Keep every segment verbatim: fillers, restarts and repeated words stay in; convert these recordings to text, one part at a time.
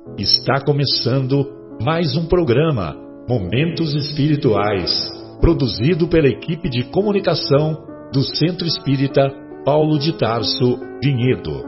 Está começando mais um programa, Momentos Espirituais, produzido pela equipe de comunicação do Centro Espírita Paulo de Tarso, Vinhedo.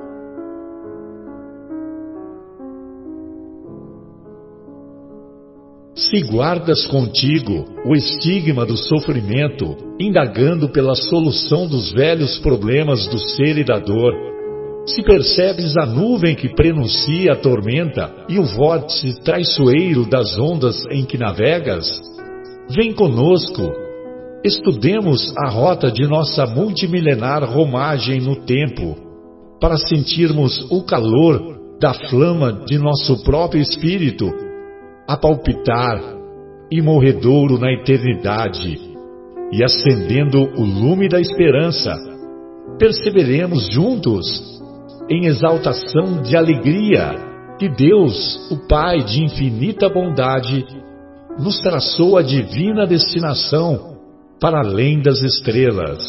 Se guardas contigo o estigma do sofrimento, indagando pela solução dos velhos problemas do ser e da dor, se percebes a nuvem que prenuncia a tormenta e o vórtice traiçoeiro das ondas em que navegas, vem conosco, estudemos a rota de nossa multimilenar romagem no tempo, para sentirmos o calor da flama de nosso próprio espírito a palpitar, imorredouro na eternidade, e acendendo o lume da esperança, perceberemos juntos, em exaltação de alegria, que Deus, o Pai de infinita bondade, nos traçou a divina destinação para além das estrelas.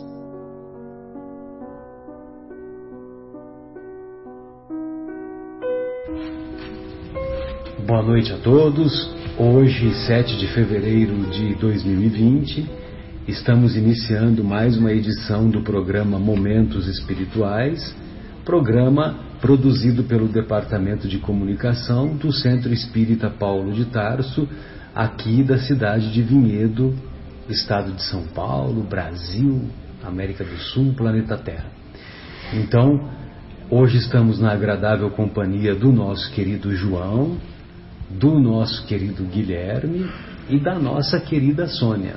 Boa noite a todos. Hoje, sete de fevereiro de dois mil e vinte, estamos iniciando mais uma edição do programa Momentos Espirituais, programa produzido pelo Departamento de Comunicação do Centro Espírita Paulo de Tarso, aqui da cidade de Vinhedo, estado de São Paulo, Brasil, América do Sul, planeta Terra. Então, hoje estamos na agradável companhia do nosso querido João, do nosso querido Guilherme e da nossa querida Sônia.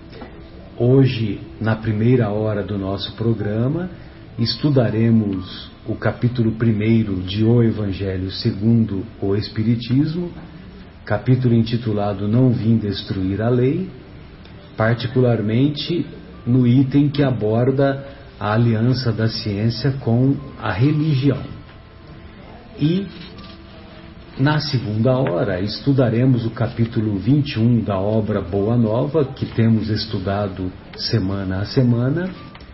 Hoje, na primeira hora do nosso programa, estudaremos o capítulo primeiro de O Evangelho segundo o Espiritismo, capítulo intitulado Não Vim Destruir a Lei, particularmente no item que aborda a aliança da ciência com a religião. E na segunda hora estudaremos o capítulo vinte e um da obra Boa Nova, que temos estudado semana a semana,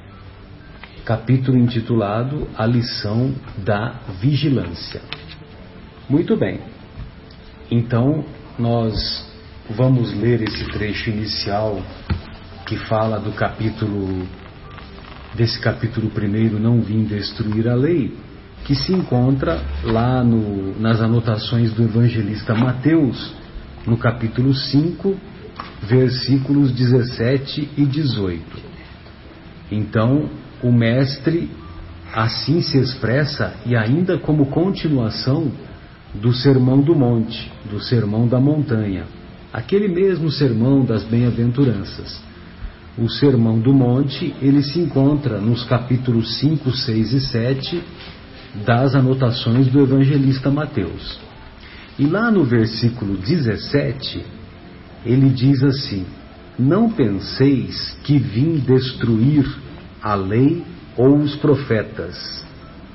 capítulo intitulado A Lição da Vigilância. Muito bem, então nós vamos ler esse trecho inicial que fala do capítulo, desse capítulo primeiro, Não Vim Destruir a Lei, que se encontra lá no, nas anotações do evangelista Mateus, no capítulo cinco, versículos dezessete e dezoito. Então, o mestre assim se expressa, e ainda como continuação do Sermão do Monte, do Sermão da Montanha, aquele mesmo Sermão das Bem-aventuranças. O Sermão do Monte, ele se encontra nos capítulos cinco, seis e sete das anotações do evangelista Mateus. E lá no versículo dezessete, ele diz assim: Não penseis que vim destruir a lei ou os profetas.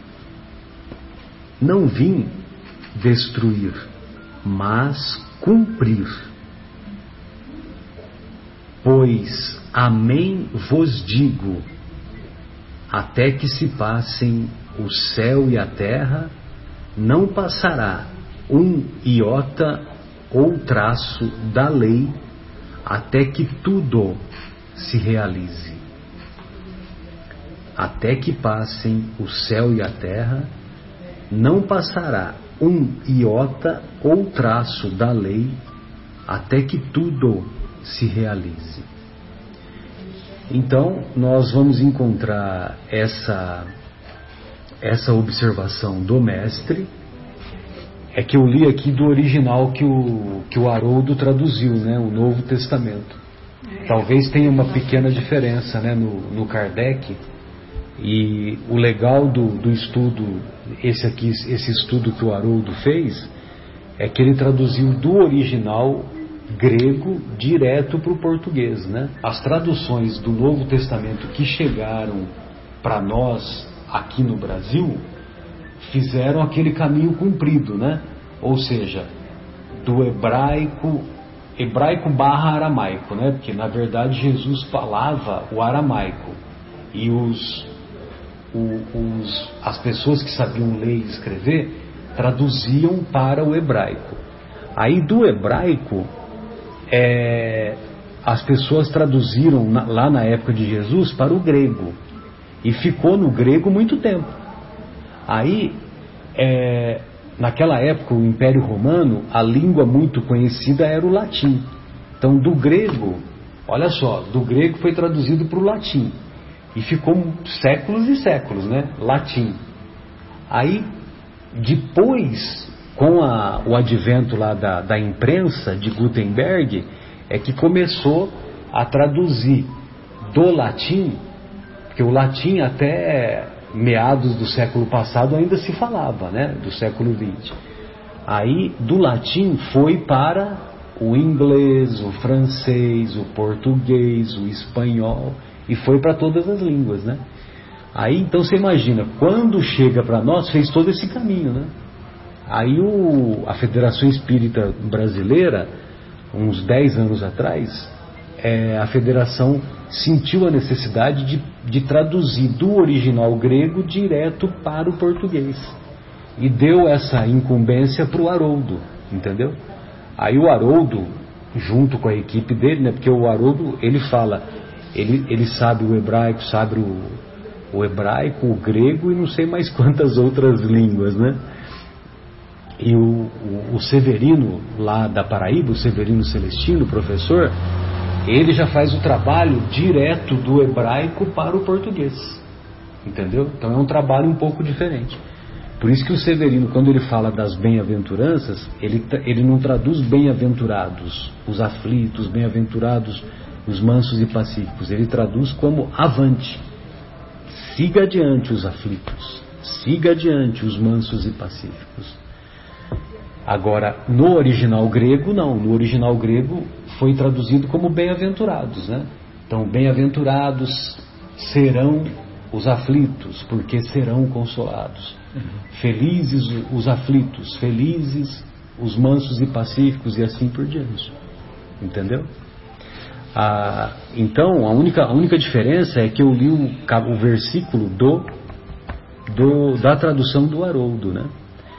Não vim destruir, mas cumprir. Pois, amém vos digo, até que se passem o céu e a terra, não passará um iota ou traço da lei, até que tudo se realize. Até que passem o céu e a terra, não passará um iota ou traço da lei, até que tudo se realize. Então, nós vamos encontrar essa, essa observação do mestre. É que eu li aqui do original que o, que o Haroldo traduziu, né, o Novo Testamento. Talvez tenha uma pequena diferença, né, no, no Kardec. E o legal do, do estudo, esse aqui, esse estudo que o Haroldo fez, é que ele traduziu do original grego direto para o português, né? As traduções do Novo Testamento que chegaram para nós aqui no Brasil fizeram aquele caminho comprido, né? Ou seja, do hebraico, hebraico barra aramaico, né? Porque na verdade Jesus falava o aramaico e os, o, os, as pessoas que sabiam ler e escrever traduziam para o hebraico. Aí do hebraico, é, as pessoas traduziram na, lá na época de Jesus para o grego, e ficou no grego muito tempo. Aí, é, naquela época, o Império Romano, a língua muito conhecida era o latim. Então, do grego, olha só, do grego foi traduzido para o latim, e ficou séculos e séculos, né? Latim. Aí, depois, com a, o advento lá da, da imprensa de Gutenberg, é que começou a traduzir do latim, porque o latim até meados do século passado ainda se falava, né? Do século vinte. Aí, do latim foi para o inglês, o francês, o português, o espanhol, e foi para todas as línguas, né? Aí, então, você imagina, quando chega para nós, fez todo esse caminho, né? Aí, o, a Federação Espírita Brasileira, uns dez anos atrás, é, a Federação sentiu a necessidade de, de traduzir do original grego direto para o português. E deu essa incumbência para o Haroldo, entendeu? Aí o Haroldo, junto com a equipe dele, né, porque o Haroldo, ele fala, ele, ele sabe o hebraico, sabe o, o hebraico, o grego e não sei mais quantas outras línguas, né? E o, o, o Severino, lá da Paraíba, o Severino Celestino, professor, ele já faz o trabalho direto do hebraico para o português, entendeu? Então é um trabalho um pouco diferente. Por isso que o Severino, quando ele fala das bem-aventuranças, ele, ele não traduz bem-aventurados, os aflitos, bem-aventurados, os mansos e pacíficos. Ele traduz como avante. Siga adiante os aflitos, siga adiante os mansos e pacíficos. Agora, no original grego, não. No original grego foi traduzido como bem-aventurados, né? Então, bem-aventurados serão os aflitos, porque serão consolados. Uhum. Felizes os aflitos, felizes os mansos e pacíficos, e assim por diante. Entendeu? Ah, então, a única, a única diferença é que eu li o, o versículo do, do, da tradução do Haroldo, né?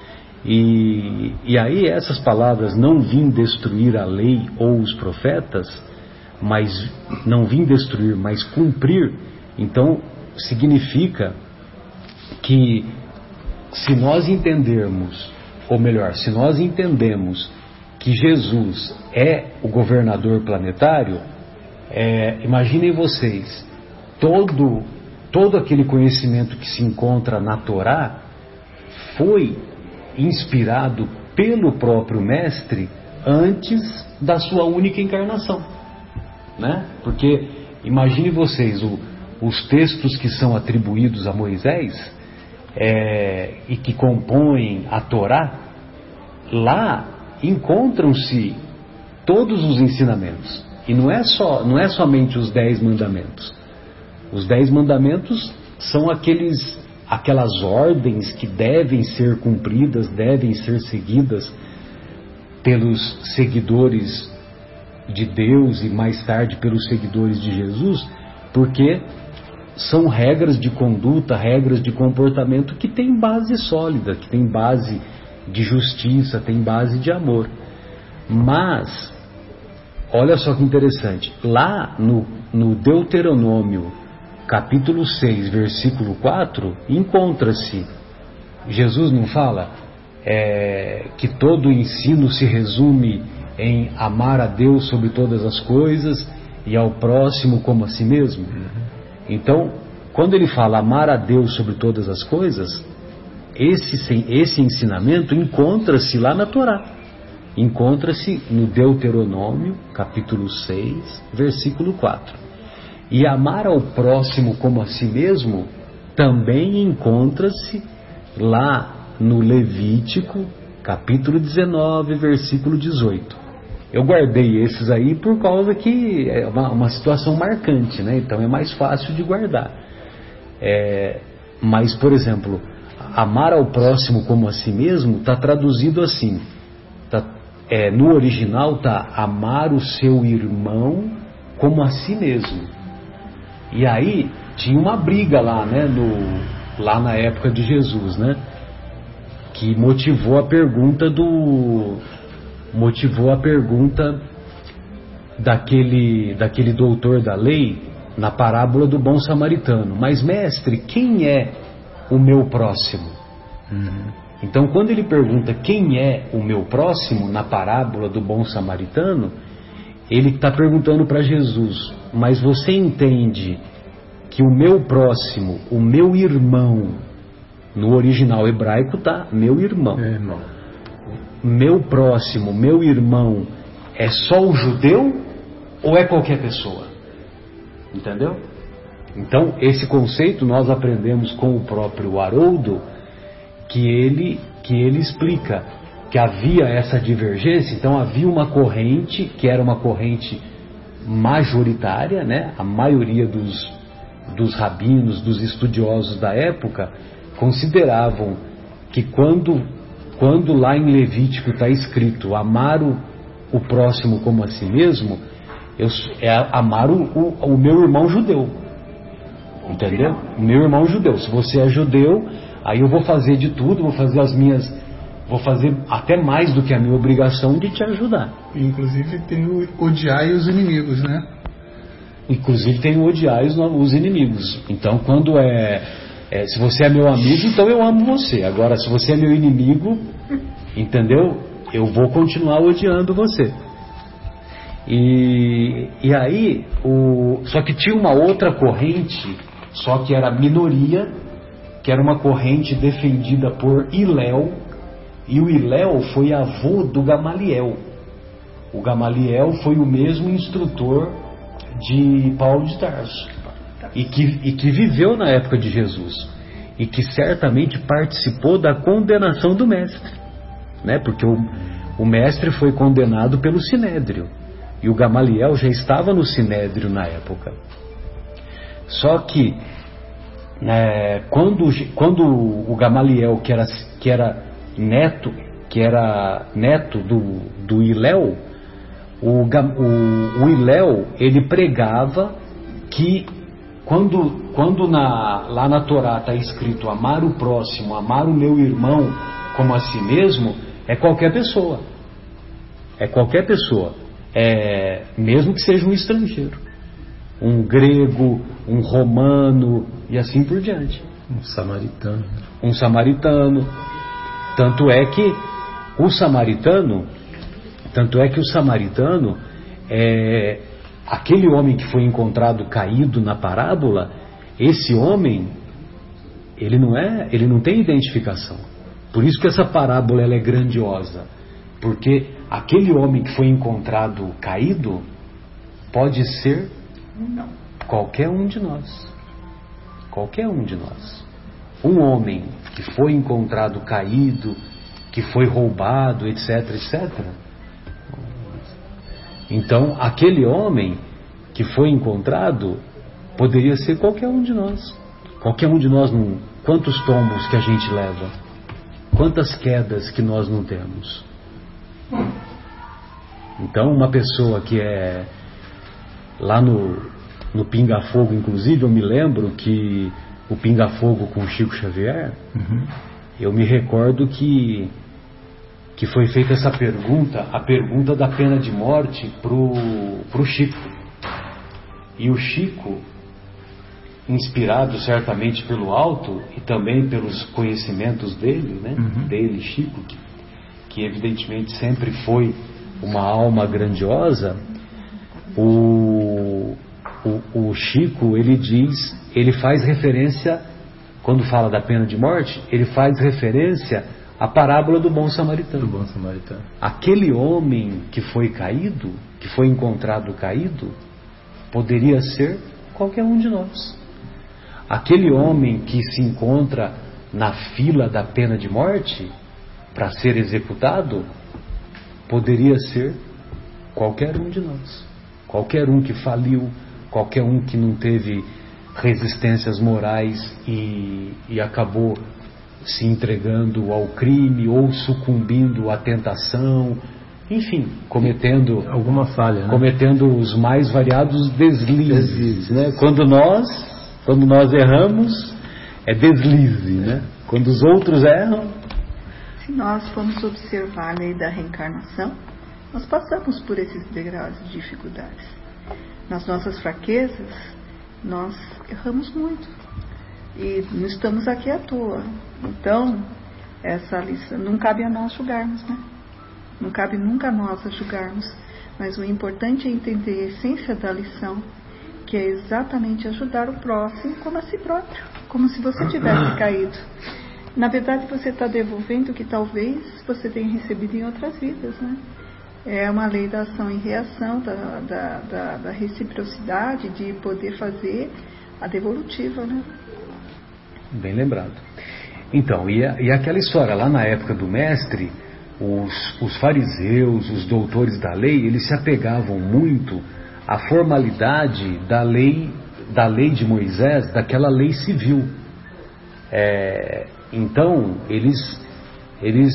E, e aí essas palavras, não vim destruir a lei ou os profetas, mas não vim destruir, mas cumprir, então significa que se nós entendermos, ou melhor, se nós entendemos que Jesus é o governador planetário, é, imaginem vocês, todo, todo aquele conhecimento que se encontra na Torá foi inspirado pelo próprio Mestre antes da sua única encarnação, né? Porque imagine vocês, o, os textos que são atribuídos a Moisés é, e que compõem a Torá, lá encontram-se todos os ensinamentos, e não é só, não é somente os dez mandamentos. Os dez mandamentos são aqueles aquelas ordens que devem ser cumpridas, devem ser seguidas pelos seguidores de Deus e mais tarde pelos seguidores de Jesus, porque são regras de conduta, regras de comportamento que têm base sólida, que têm base de justiça, têm base de amor. Mas, olha só que interessante, lá no, no Deuteronômio capítulo seis, versículo quatro, encontra-se, Jesus não fala é, que todo o ensino se resume em amar a Deus sobre todas as coisas e ao próximo como a si mesmo? Então, quando ele fala amar a Deus sobre todas as coisas, esse, esse ensinamento encontra-se lá na Torá, encontra-se no Deuteronômio capítulo seis, versículo quatro. E amar ao próximo como a si mesmo também encontra-se lá no Levítico, capítulo dezenove, versículo dezoito. Eu guardei esses aí por causa que é uma, uma situação marcante, né? Então é mais fácil de guardar. É, mas, por exemplo, amar ao próximo como a si mesmo está traduzido assim. Tá, é, no original está amar o seu irmão como a si mesmo. E aí tinha uma briga lá, né, no, lá na época de Jesus, né? que motivou a pergunta do motivou a pergunta daquele daquele doutor da lei na parábola do bom samaritano. Mas mestre, quem é o meu próximo? Uhum. Então, quando ele pergunta quem é o meu próximo na parábola do bom samaritano, ele está perguntando para Jesus: mas você entende que o meu próximo, o meu irmão, no original hebraico tá meu irmão, meu irmão, meu próximo, meu irmão, é só o judeu ou é qualquer pessoa? Entendeu? Então, esse conceito nós aprendemos com o próprio Haroldo, que ele, que ele explica que havia essa divergência. Então havia uma corrente que era uma corrente majoritária, né? A maioria dos, dos rabinos, dos estudiosos da época consideravam que quando, quando lá em Levítico está escrito amar o, o próximo como a si mesmo, eu, é amar o, o, o meu irmão judeu, entendeu? O meu irmão judeu. Se você é judeu, aí eu vou fazer de tudo, vou fazer as minhas, vou fazer até mais do que a minha obrigação de te ajudar. Inclusive tem o odiar os inimigos, né? Inclusive tem o odiar os, os inimigos. Então quando é, é, se você é meu amigo, então eu amo você. Agora se você é meu inimigo, entendeu? Eu vou continuar odiando você. E, e aí, o, só que tinha uma outra corrente, só que era minoria, que era uma corrente defendida por Hilel, e o Hilel foi avô do Gamaliel. O Gamaliel foi o mesmo instrutor de Paulo de Tarso, e que, e que viveu na época de Jesus, e que certamente participou da condenação do mestre, né? Porque o, o mestre foi condenado pelo Sinédrio, e o Gamaliel já estava no Sinédrio na época. Só que É, quando, quando o Gamaliel, que era, que era neto, que era neto do, do Hilel, o, o, o Hilel, ele pregava que quando, quando na, lá na Torá está escrito amar o próximo, amar o meu irmão como a si mesmo, é qualquer pessoa, é qualquer pessoa, é, mesmo que seja um estrangeiro, um grego, um romano e assim por diante. Um samaritano. Um samaritano. Tanto é que o samaritano, tanto é que o samaritano, é, aquele homem que foi encontrado caído na parábola, esse homem, ele não é, ele não tem identificação. Por isso que essa parábola ela é grandiosa, porque aquele homem que foi encontrado caído pode ser Não. qualquer um de nós. Qualquer um de nós. Um homem que foi encontrado caído, que foi roubado, etc, etcétera. Então, aquele homem que foi encontrado poderia ser qualquer um de nós. Qualquer um de nós. Não, quantos tombos que a gente leva? Quantas quedas que nós não temos? Então, uma pessoa que é lá no, no Pinga Fogo, inclusive, eu me lembro que o Pinga Fogo com o Chico Xavier, uhum. eu me recordo que, que foi feita essa pergunta, a pergunta da pena de morte pro, pro Chico. E o Chico, inspirado certamente pelo alto e também pelos conhecimentos dele, né? Uhum. Dele, Chico, que, que evidentemente sempre foi uma alma grandiosa. O, o, o Chico, ele diz, ele faz referência, quando fala da pena de morte, ele faz referência à parábola do bom samaritano. Do bom samaritano. Aquele homem que foi caído, que foi encontrado caído, poderia ser qualquer um de nós. Aquele homem que se encontra na fila da pena de morte para ser executado, poderia ser qualquer um de nós. Qualquer um que faliu, qualquer um que não teve resistências morais e, e acabou se entregando ao crime ou sucumbindo à tentação, enfim, cometendo alguma falha, né? Cometendo os mais variados deslizes, deslizes. Né? Quando nós, quando nós erramos, é deslize, né? Quando os outros erram, Se nós formos observar a lei da reencarnação, nós passamos por esses degraus de dificuldades. Nas nossas fraquezas, nós erramos muito. E não estamos aqui à toa. Então, essa lição, não cabe a nós julgarmos, né? Não cabe nunca a nós a julgarmos. Mas o importante é entender a essência da lição, que é exatamente ajudar o próximo como a si próprio, como se você tivesse caído. Na verdade, você está devolvendo o que talvez você tenha recebido em outras vidas, né? É uma lei da ação e reação, da, da, da, da reciprocidade, de poder fazer a devolutiva, né? Bem lembrado. Então, e, a, e aquela história, lá na época do mestre, os, os fariseus, os doutores da lei, eles se apegavam muito à formalidade da lei, da lei de Moisés, daquela lei civil. É, então, eles, eles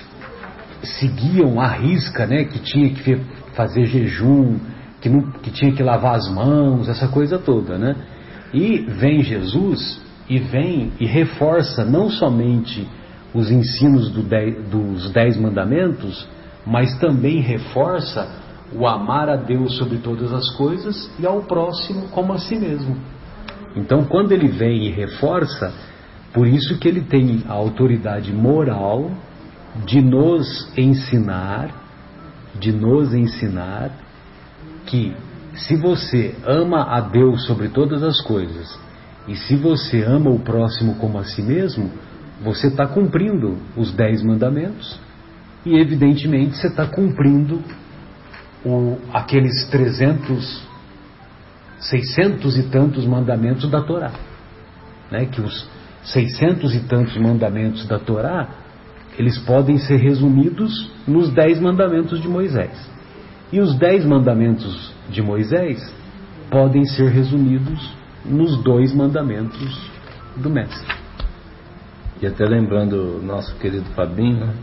seguiam à risca, né, que tinha que fazer jejum, que, não, que tinha que lavar as mãos, essa coisa toda, né? E vem Jesus e vem e reforça não somente os ensinos do dez, dos dez mandamentos, mas também reforça o amar a Deus sobre todas as coisas e ao próximo como a si mesmo. Então, quando ele vem e reforça, por isso que ele tem a autoridade moral de nos ensinar, de nos ensinar que se você ama a Deus sobre todas as coisas e se você ama o próximo como a si mesmo, você está cumprindo os dez mandamentos e evidentemente você está cumprindo o, aqueles trezentos, seiscentos e tantos mandamentos da Torá, né? Que os seiscentos e tantos mandamentos da Torá, eles podem ser resumidos nos dez mandamentos de Moisés. E os dez mandamentos de Moisés podem ser resumidos nos dois mandamentos do Mestre. E até lembrando o nosso querido Fabinho, né,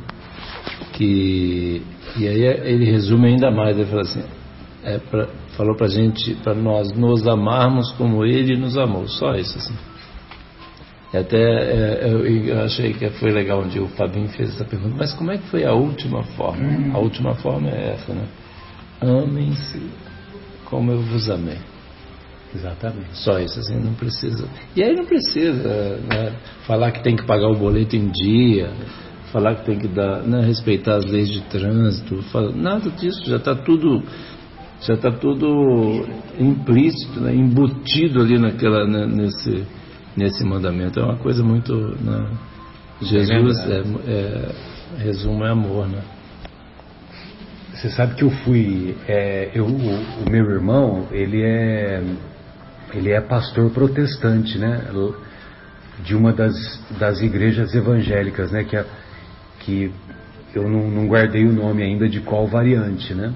que e aí ele resume ainda mais, ele fala assim, é pra, falou pra gente, para nós nos amarmos como ele nos amou, só isso assim. E até é, eu, eu achei que foi legal um dia o Fabinho fez essa pergunta, mas como é que foi a última forma? Hum. A última forma é essa, né? Amem-se como eu vos amei. Exatamente. Só isso, assim, não precisa. E aí não precisa, né, falar que tem que pagar o boleto em dia, falar que tem que dar, né, respeitar as leis de trânsito, falar, nada disso, já está tudo, já está tudo implícito, né, embutido ali naquela, né, nesse, nesse mandamento. É uma coisa muito, né, Jesus, é, é, resumo é amor, né? Você sabe que eu fui, é, eu, o, o meu irmão, ele é ele é pastor protestante, né, de uma das, das igrejas evangélicas, né, que, a, que eu não, não guardei o nome ainda de qual variante, né,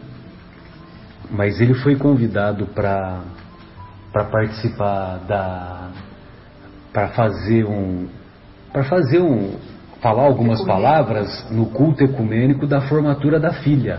mas ele foi convidado para para participar da, para fazer um, para fazer um, falar algumas ecumênico. palavras no culto ecumênico da formatura da filha.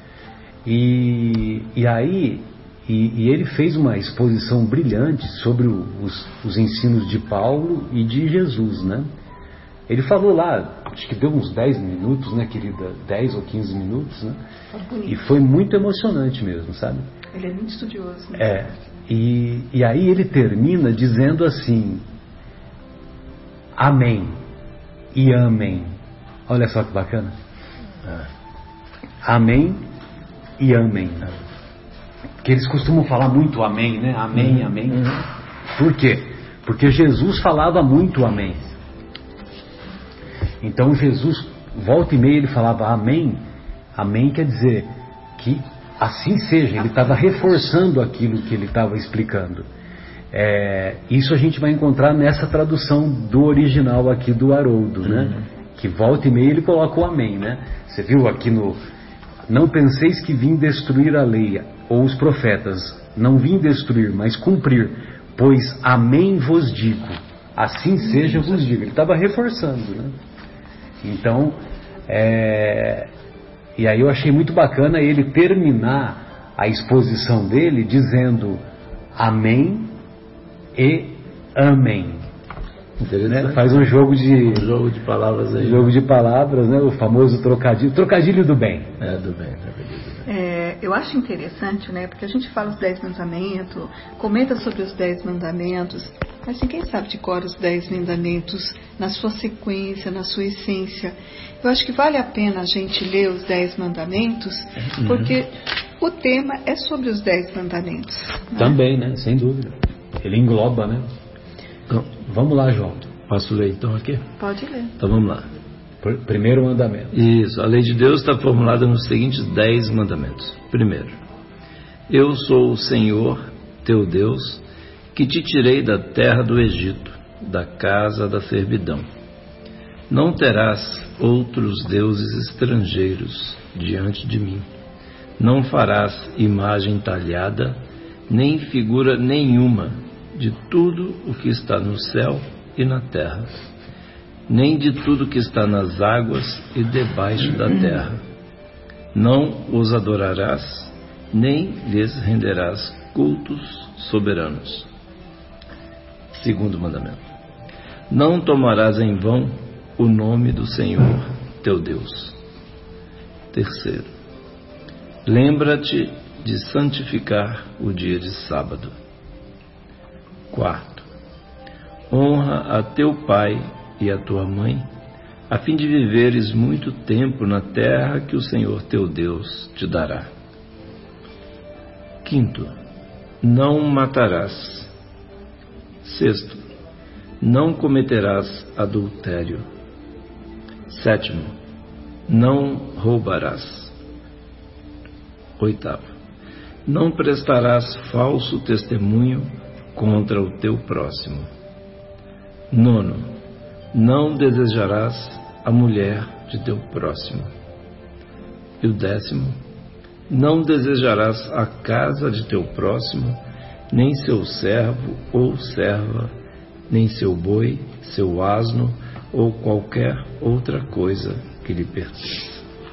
E, e aí, e, e ele fez uma exposição brilhante sobre o, os, os ensinos de Paulo e de Jesus, né? Ele falou lá, acho que deu uns dez minutos, né, querida? dez ou quinze minutos, né? E foi muito emocionante mesmo, sabe? Ele é muito estudioso. Né? É, e, e aí ele termina dizendo assim, amém e amém. Olha só que bacana. Amém e amém. Porque eles costumam falar muito amém, né? Amém, uhum. amém. Uhum. Por quê? Porque Jesus falava muito amém. Então Jesus, volta e meia ele falava amém. Amém quer dizer que assim seja. Ele estava reforçando aquilo que ele estava explicando. É, isso a gente vai encontrar nessa tradução do original aqui do Haroldo, uhum. né? Que volta e meia ele coloca o amém, né? Você viu aqui no... Não penseis que vim destruir a lei ou os profetas. Não vim destruir, mas cumprir. Pois amém vos digo. Assim seja vos digo. Ele estava reforçando, né? Então, é... e aí eu achei muito bacana ele terminar a exposição dele dizendo amém e amém. né? Faz um jogo de um jogo de palavras aí. Jogo de palavras, né? O famoso trocadilho, trocadilho do bem. É, do bem, trocadilho do bem. É, eu acho interessante, né? Porque a gente fala os dez mandamentos, comenta sobre os dez mandamentos, mas ninguém sabe de cor os dez mandamentos na sua sequência, na sua essência. Eu acho que vale a pena a gente ler os dez mandamentos, uhum. porque o tema é sobre os dez mandamentos. Né? Também, né? Sem dúvida. Ele engloba, né? Então, vamos lá, João. Posso ler então aqui? Pode ler. Então vamos lá. Primeiro mandamento. Isso, a lei de Deus está formulada nos seguintes dez mandamentos. Primeiro, eu sou o Senhor, teu Deus, que te tirei da terra do Egito, da casa da servidão. Não terás outros deuses estrangeiros diante de mim. Não farás imagem talhada, nem figura nenhuma de tudo o que está no céu e na terra, nem de tudo que está nas águas e debaixo da terra. Não os adorarás, nem lhes renderás cultos soberanos. Segundo mandamento. Não tomarás em vão o nome do Senhor, teu Deus. Terceiro. Lembra-te de santificar o dia de sábado. Quarto. Honra a teu pai e a tua mãe, a fim de viveres muito tempo na terra que o Senhor teu Deus te dará. Quinto, não matarás. Sexto, não cometerás adultério. Sétimo, não roubarás. Oitavo, não prestarás falso testemunho contra o teu próximo. Nono, não desejarás a mulher de teu próximo. E o décimo, não desejarás a casa de teu próximo, nem seu servo ou serva, nem seu boi, seu asno ou qualquer outra coisa que lhe pertença.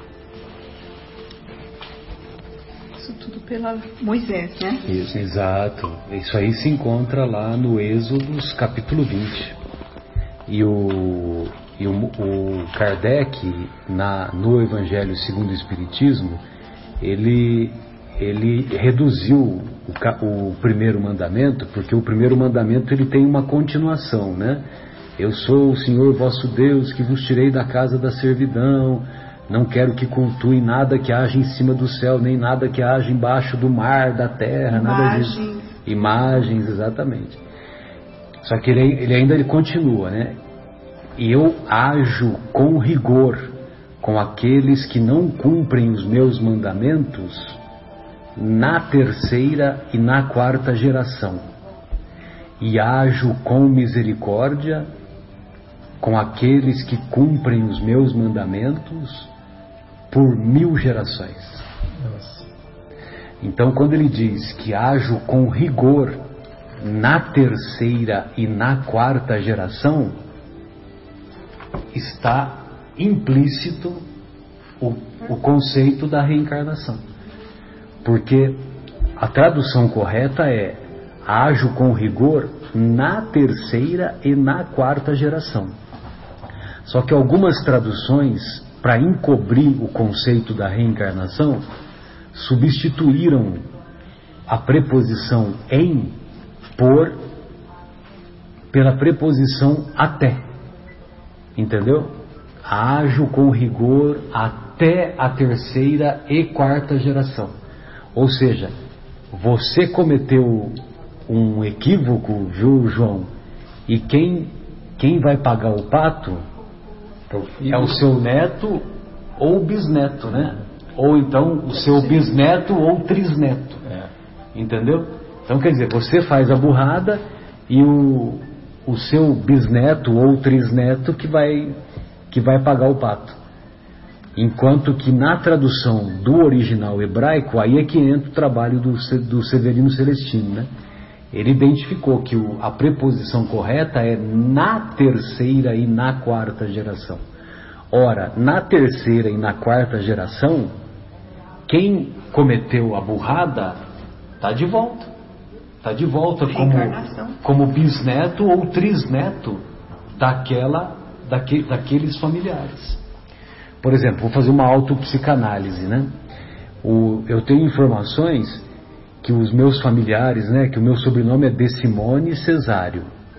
Isso tudo pela Moisés, né? Isso, exato. Isso aí se encontra lá no Êxodo, capítulo vinte. E o, e o, o Kardec, na, no Evangelho segundo o Espiritismo, ele, ele reduziu o, o primeiro mandamento, porque o primeiro mandamento ele tem uma continuação, né? Eu sou o Senhor vosso Deus, que vos tirei da casa da servidão, não quero que cultue nada que haja em cima do céu, nem nada que haja embaixo do mar, da terra, Imagens. nada disso. Imagens, exatamente. Só que ele, ele ainda ele continua, né? Eu ajo com rigor com aqueles que não cumprem os meus mandamentos na terceira e na quarta geração. E ajo com misericórdia com aqueles que cumprem os meus mandamentos por mil gerações. Nossa. Então, quando ele diz que ajo com rigor na terceira e na quarta geração, está implícito o, o conceito da reencarnação. Porque a tradução correta é ajo com rigor na terceira e na quarta geração. Só que algumas traduções, para encobrir o conceito da reencarnação, substituíram a preposição em por pela preposição até. Entendeu? Ajo com rigor até a terceira e quarta geração. Ou seja, você cometeu um equívoco, viu, João? E quem, quem vai pagar o pato é o seu neto ou bisneto, né? Ou então o seu bisneto ou trisneto. Entendeu? Então quer dizer, você faz a burrada e o, o seu bisneto ou trisneto que vai, que vai pagar o pato. Enquanto que na tradução do original hebraico, aí é que entra o trabalho do, do Severino Celestino, né? Ele identificou que o, a preposição correta é na terceira e na quarta geração. Ora, na terceira e na quarta geração, quem cometeu a burrada está de volta. Está de volta como, como bisneto ou trisneto daquela, daque, daqueles familiares. Por exemplo, vou fazer uma autopsicanálise, né? O, eu tenho informações que os meus familiares, né, que o meu sobrenome é De Simone Cesário.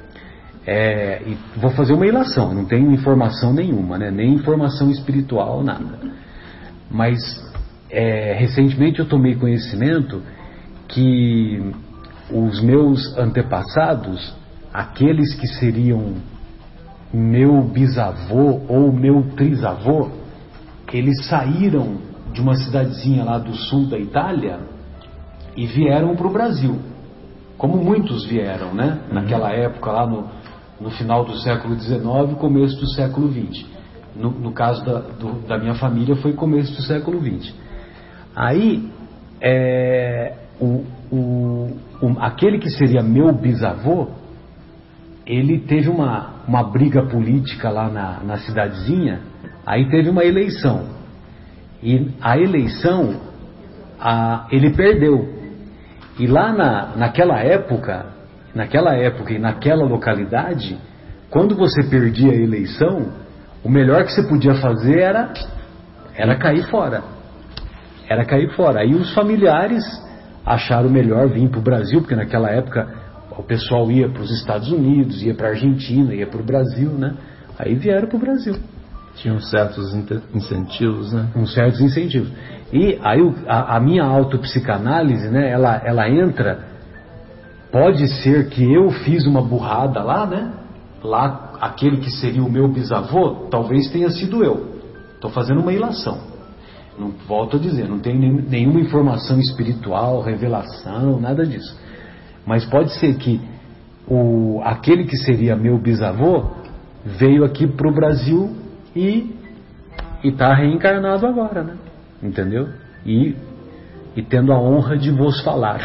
É, e vou fazer uma ilação, não tenho informação nenhuma, né, nem informação espiritual, nada. Mas é, recentemente eu tomei conhecimento que os meus antepassados, aqueles que seriam meu bisavô ou meu trisavô, eles saíram de uma cidadezinha lá do sul da Itália e vieram para o Brasil, como muitos vieram, né? Naquela época lá no, no final do século dezenove, começo do século vinte. No, no caso da, do, da minha família foi começo do século vinte. Aí é, o, o, o, aquele que seria meu bisavô, ele teve uma, uma briga política lá na, na cidadezinha. Aí teve uma eleição e a eleição a, ele perdeu. E lá na, naquela época, naquela época e naquela localidade, quando você perdia a eleição, o melhor que você podia fazer era, era cair fora. Era cair fora. Aí os familiares acharam melhor vir para o Brasil, porque naquela época o pessoal ia para os Estados Unidos, ia para a Argentina, ia para o Brasil, né? Aí vieram para o Brasil. Tinham certos incentivos, né? Com certos incentivos. E aí a, a minha autopsicanálise, né, ela, ela entra, pode ser que eu fiz uma burrada lá, né? Lá, aquele que seria o meu bisavô, talvez tenha sido eu. Estou fazendo uma ilação. Não, volto a dizer, não tenho nem, nenhuma informação espiritual, revelação, nada disso. Mas pode ser que o, aquele que seria meu bisavô veio aqui para o Brasil e está reencarnado agora, né? Entendeu? E, e tendo a honra de vos falar.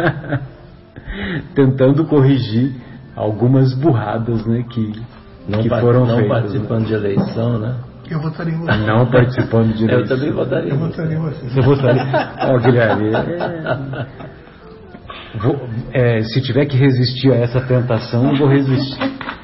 Tentando corrigir algumas burradas, né, que, não que part, foram não feitas. Não participando, né, de eleição, né? Eu votaria em você. Não participando de eleição. Eu também votaria. Eu votaria em você. Você votaria? Ó, oh, Guilherme, é... Vou, é, se tiver que resistir a essa tentação, eu vou resistir.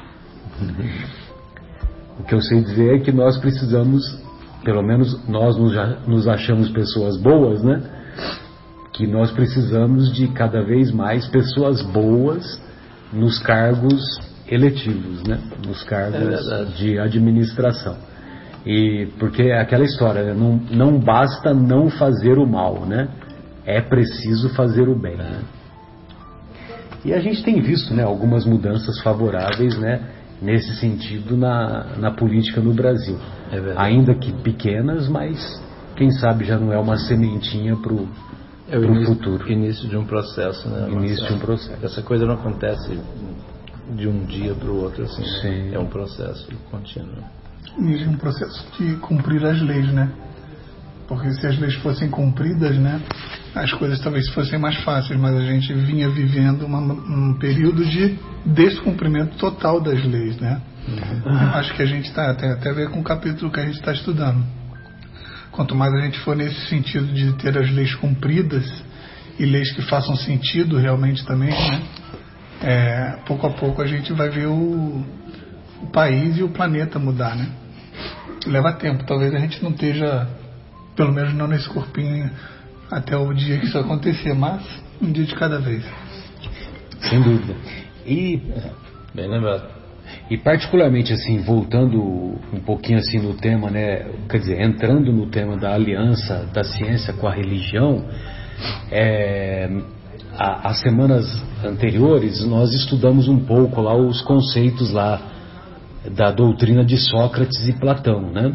O que eu sei dizer é que nós precisamos, pelo menos nós nos, nos achamos pessoas boas, né? Que nós precisamos de cada vez mais pessoas boas nos cargos eletivos, né? Nos cargos é de administração. E porque é aquela história, não, não basta não fazer o mal, né? É preciso fazer o bem. Né? E a gente tem visto, né, algumas mudanças favoráveis, né, nesse sentido na, na política no Brasil. É ainda que pequenas, mas quem sabe já não é uma sementinha para o é o futuro. Início de um processo, né? Início de um processo. Essa coisa não acontece de um dia para o outro, assim. Sim. É um processo contínuo. E um processo de cumprir as leis, né? Porque se as leis fossem cumpridas, né, as coisas talvez fossem mais fáceis, mas a gente vinha vivendo uma, um período de descumprimento total das leis, né? Uhum. Acho que a gente está, tem até a ver com o capítulo que a gente está estudando. Quanto mais a gente for nesse sentido de ter as leis cumpridas e leis que façam sentido realmente também, né? É, pouco a pouco a gente vai ver o, o país e o planeta mudar, né? Leva tempo, talvez a gente não esteja, pelo menos não nesse corpinho, até o dia que isso acontecer, mas um dia de cada vez. Sem dúvida. E, bem lembrado. E particularmente assim, voltando um pouquinho assim no tema, né, quer dizer, entrando no tema da aliança da ciência com a religião, é, a, as semanas anteriores nós estudamos um pouco lá os conceitos lá da doutrina de Sócrates e Platão, né?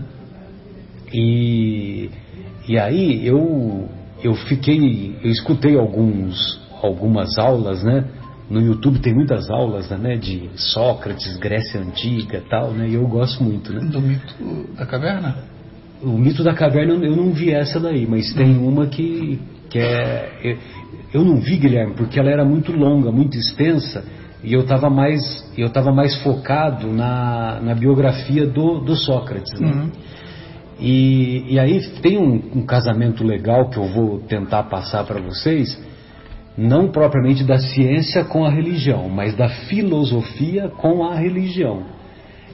E, e aí eu, eu fiquei, eu escutei alguns, algumas aulas, né? No YouTube tem muitas aulas, né, de Sócrates, Grécia Antiga e tal, né? E eu gosto muito, né? Do mito da caverna? O mito da caverna eu não vi essa daí, mas tem uma que, que é... Eu, eu não vi, Guilherme, porque ela era muito longa, muito extensa, e eu estava mais, eu estava mais focado na, na biografia do, do Sócrates, né? Uhum. E, e aí tem um, um casamento legal que eu vou tentar passar para vocês, não propriamente da ciência com a religião, mas da filosofia com a religião.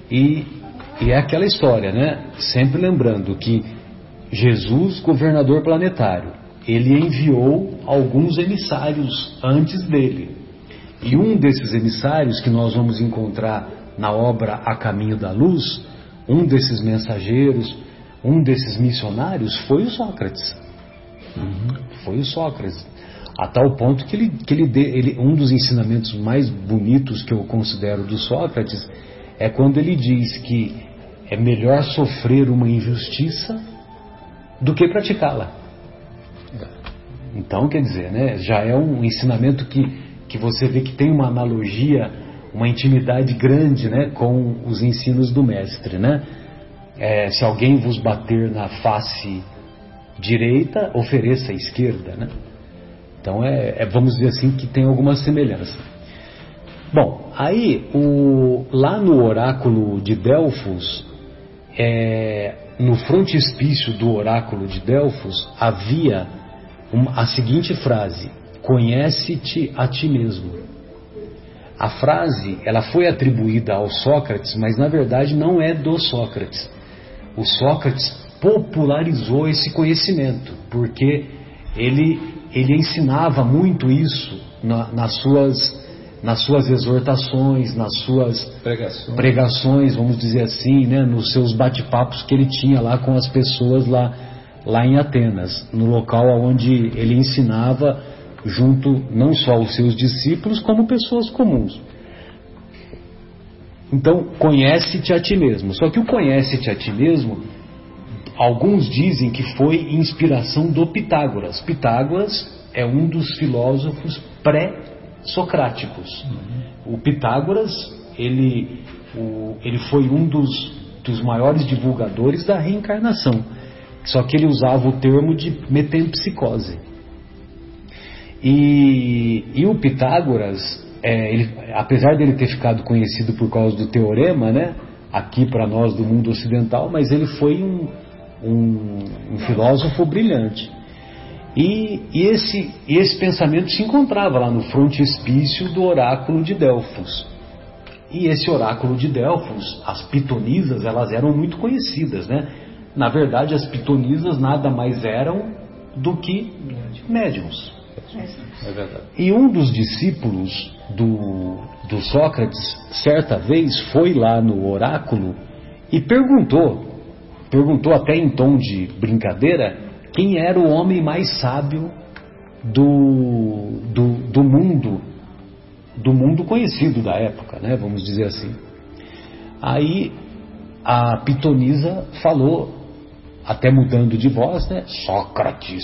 E, e é aquela história, né? Sempre lembrando que Jesus, governador planetário, ele enviou alguns emissários antes dele. E um desses emissários que nós vamos encontrar na obra A Caminho da Luz, um desses mensageiros, um desses missionários foi o Sócrates. Uhum. Foi o Sócrates. A tal ponto que ele, que ele, ele, um dos ensinamentos mais bonitos que eu considero do Sócrates é quando ele diz que é melhor sofrer uma injustiça do que praticá-la. Então, quer dizer, né, já é um ensinamento que, que você vê que tem uma analogia, uma intimidade grande, né, com os ensinos do mestre, né? É, se alguém vos bater na face direita, ofereça a esquerda, né? Então, é, é, vamos dizer assim, que tem alguma semelhança. Bom, aí, o, lá no oráculo de Delfos, é, no frontispício do oráculo de Delfos, havia uma, a seguinte frase: conhece-te a ti mesmo. A frase, ela foi atribuída ao Sócrates, mas na verdade não é do Sócrates. O Sócrates popularizou esse conhecimento, porque ele, ele ensinava muito isso na, nas, suas, nas suas exortações, nas suas pregações. pregações, vamos dizer assim, né, nos seus bate-papos que ele tinha lá com as pessoas lá, lá em Atenas, no local onde ele ensinava junto não só aos seus discípulos, como pessoas comuns. Então, conhece-te a ti mesmo. Só que o conhece-te a ti mesmo, alguns dizem que foi inspiração do Pitágoras. Pitágoras é um dos filósofos pré-socráticos. Uhum. O Pitágoras, ele, o, ele foi um dos, dos maiores divulgadores da reencarnação. Só que ele usava o termo de metempsicose. E, e o Pitágoras, é, ele, apesar dele ter ficado conhecido por causa do teorema, né, aqui para nós do mundo ocidental, mas ele foi um, um, um filósofo brilhante. E, e, esse, e esse pensamento se encontrava lá no frontispício do oráculo de Delfos. E esse oráculo de Delfos, as pitonisas, elas eram muito conhecidas, né? Na verdade, as pitonisas nada mais eram do que médiuns. É verdade. E um dos discípulos do, do Sócrates, certa vez, foi lá no oráculo e perguntou, perguntou até em tom de brincadeira, quem era o homem mais sábio do, do, do mundo, do mundo conhecido da época, né? Vamos dizer assim. Aí a pitonisa falou, até mudando de voz, né? Sócrates.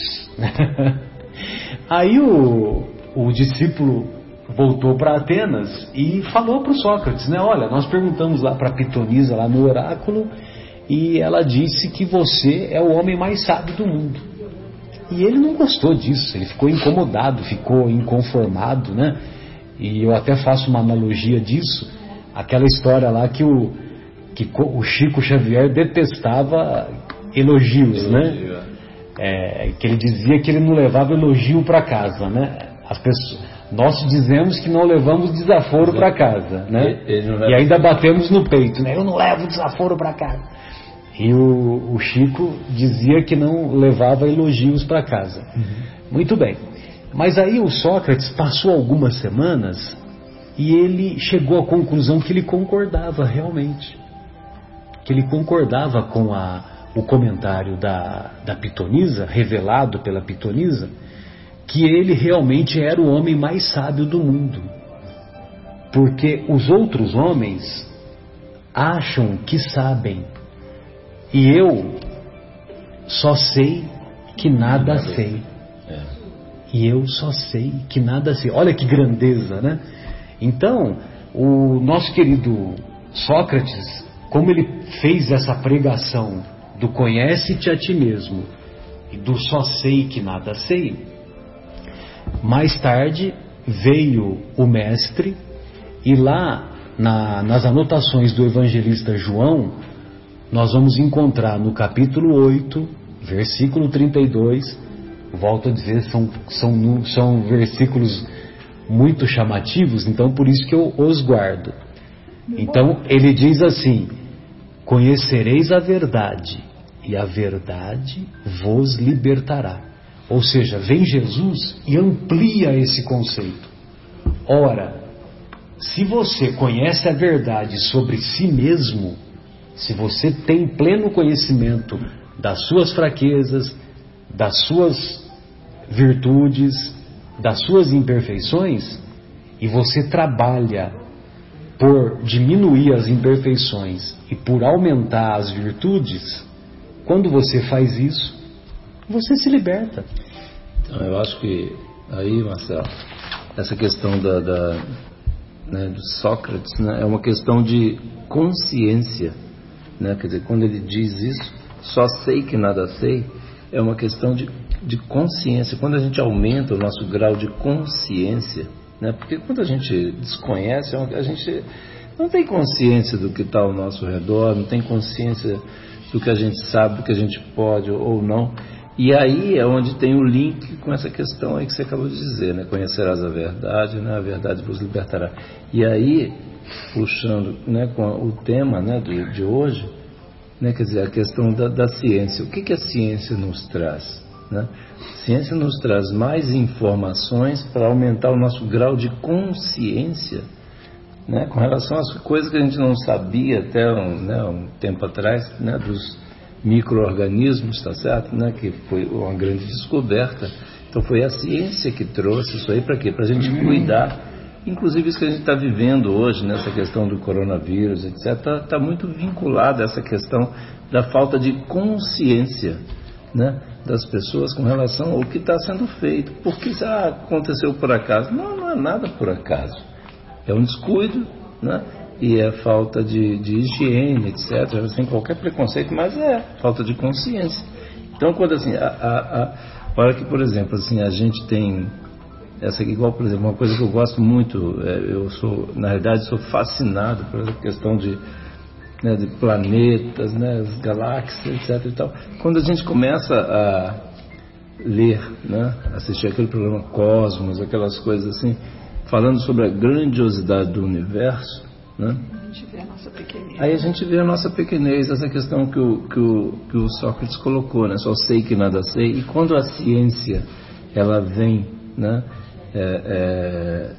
Aí o, o discípulo voltou para Atenas e falou para o Sócrates, né? Olha, nós perguntamos lá para a pitonisa lá no oráculo e ela disse que você é o homem mais sábio do mundo. E ele não gostou disso, ele ficou incomodado, ficou inconformado, né? E eu até faço uma analogia disso, aquela história lá que o, que o Chico Xavier detestava elogios, né? É, que ele dizia que ele não levava elogio para casa, né? As pessoas, nós dizemos que não levamos desaforo para casa, né? E ainda batemos no peito, né? Eu não levo desaforo para casa. E o, o Chico dizia que não levava elogios para casa. Uhum. Muito bem. Mas aí o Sócrates passou algumas semanas e ele chegou à conclusão que ele concordava realmente, que ele concordava com a o comentário da, da pitonisa, revelado pela pitonisa, que ele realmente era o homem mais sábio do mundo. Porque os outros homens acham que sabem, e eu só sei que nada sei. E eu só sei que nada sei. Olha que grandeza, né? Então, o nosso querido Sócrates, como ele fez essa pregação do conhece-te a ti mesmo e do só sei que nada sei, mais tarde veio o mestre e lá na, nas anotações do evangelista João nós vamos encontrar no capítulo oito, versículo trinta e dois, volto a dizer, são, são, são versículos muito chamativos, então por isso que eu os guardo. Então ele diz assim: conhecereis a verdade, e a verdade vos libertará. Ou seja, vem Jesus e amplia esse conceito. Ora, se você conhece a verdade sobre si mesmo, se você tem pleno conhecimento das suas fraquezas, das suas virtudes, das suas imperfeições, e você trabalha por diminuir as imperfeições e por aumentar as virtudes, quando você faz isso, você se liberta. Então, eu acho que aí, Marcelo, essa questão da, da, né, do Sócrates, né, é uma questão de consciência, né? Quer dizer, quando ele diz isso, só sei que nada sei, é uma questão de, de consciência. Quando a gente aumenta o nosso grau de consciência, né, porque quando a gente desconhece, a gente não tem consciência do que está ao nosso redor, não tem consciência do que a gente sabe, do que a gente pode ou não. E aí é onde tem o link com essa questão aí que você acabou de dizer, né? Conhecerás a verdade, né? A verdade vos libertará. E aí, puxando, né, com o tema, né, de, de hoje, né, quer dizer, a questão da, da ciência. O que, que a ciência nos traz? Né? A ciência nos traz mais informações para aumentar o nosso grau de consciência, né, com relação às coisas que a gente não sabia até um, né, um tempo atrás, né, dos micro-organismos, tá certo? Né, que foi uma grande descoberta. Então foi a ciência que trouxe isso aí para quê? Para a gente cuidar, inclusive isso que a gente está vivendo hoje, nessa questão do coronavírus, etcétera, está tá muito vinculada a essa questão da falta de consciência, né, das pessoas com relação ao que está sendo feito. Porque isso ah, aconteceu por acaso. Não, não é nada por acaso. É um descuido, né? E é falta de, de higiene, etcétera. Sem qualquer preconceito, mas é falta de consciência. Então, quando assim, a, a, a hora que, por exemplo, assim, a gente tem essa aqui, igual, por exemplo, uma coisa que eu gosto muito, é, eu sou, na realidade, sou fascinado por essa questão de, né, de planetas, né, as galáxias, etcétera e tal. Quando a gente começa a ler, né, assistir aquele programa Cosmos, aquelas coisas assim, falando sobre a grandiosidade do universo, né? A gente vê a nossa pequenez. Aí a gente vê a nossa pequenez, essa questão que o, que o, que o Sócrates colocou, né? Só sei que nada sei. E quando a ciência ela vem, né, é, é,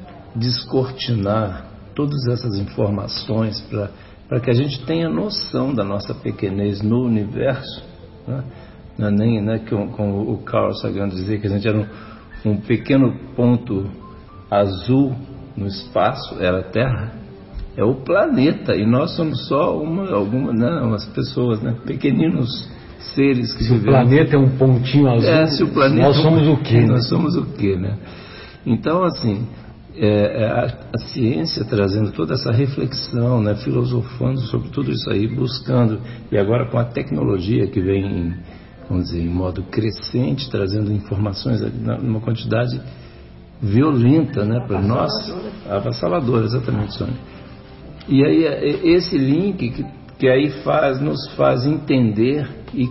descortinar todas essas informações para para que a gente tenha noção da nossa pequenez no universo, né? Não é nem, né, como o Carl Sagan dizia, que a gente era um, um pequeno ponto azul no espaço, era a Terra. É o planeta, e nós somos só uma, alguma, né, umas pessoas, né, pequeninos seres que se vivemos. O planeta é um pontinho azul, é, se o planeta, nós somos o quê? Nós somos o quê, né? Então, assim, é, a, a ciência trazendo toda essa reflexão, né, filosofando sobre tudo isso aí, buscando, e agora com a tecnologia que vem, em, vamos dizer, em modo crescente, trazendo informações numa quantidade violenta, né, para nós, avassaladora, exatamente, Sônia. E aí esse link que, que aí faz, nos faz entender e,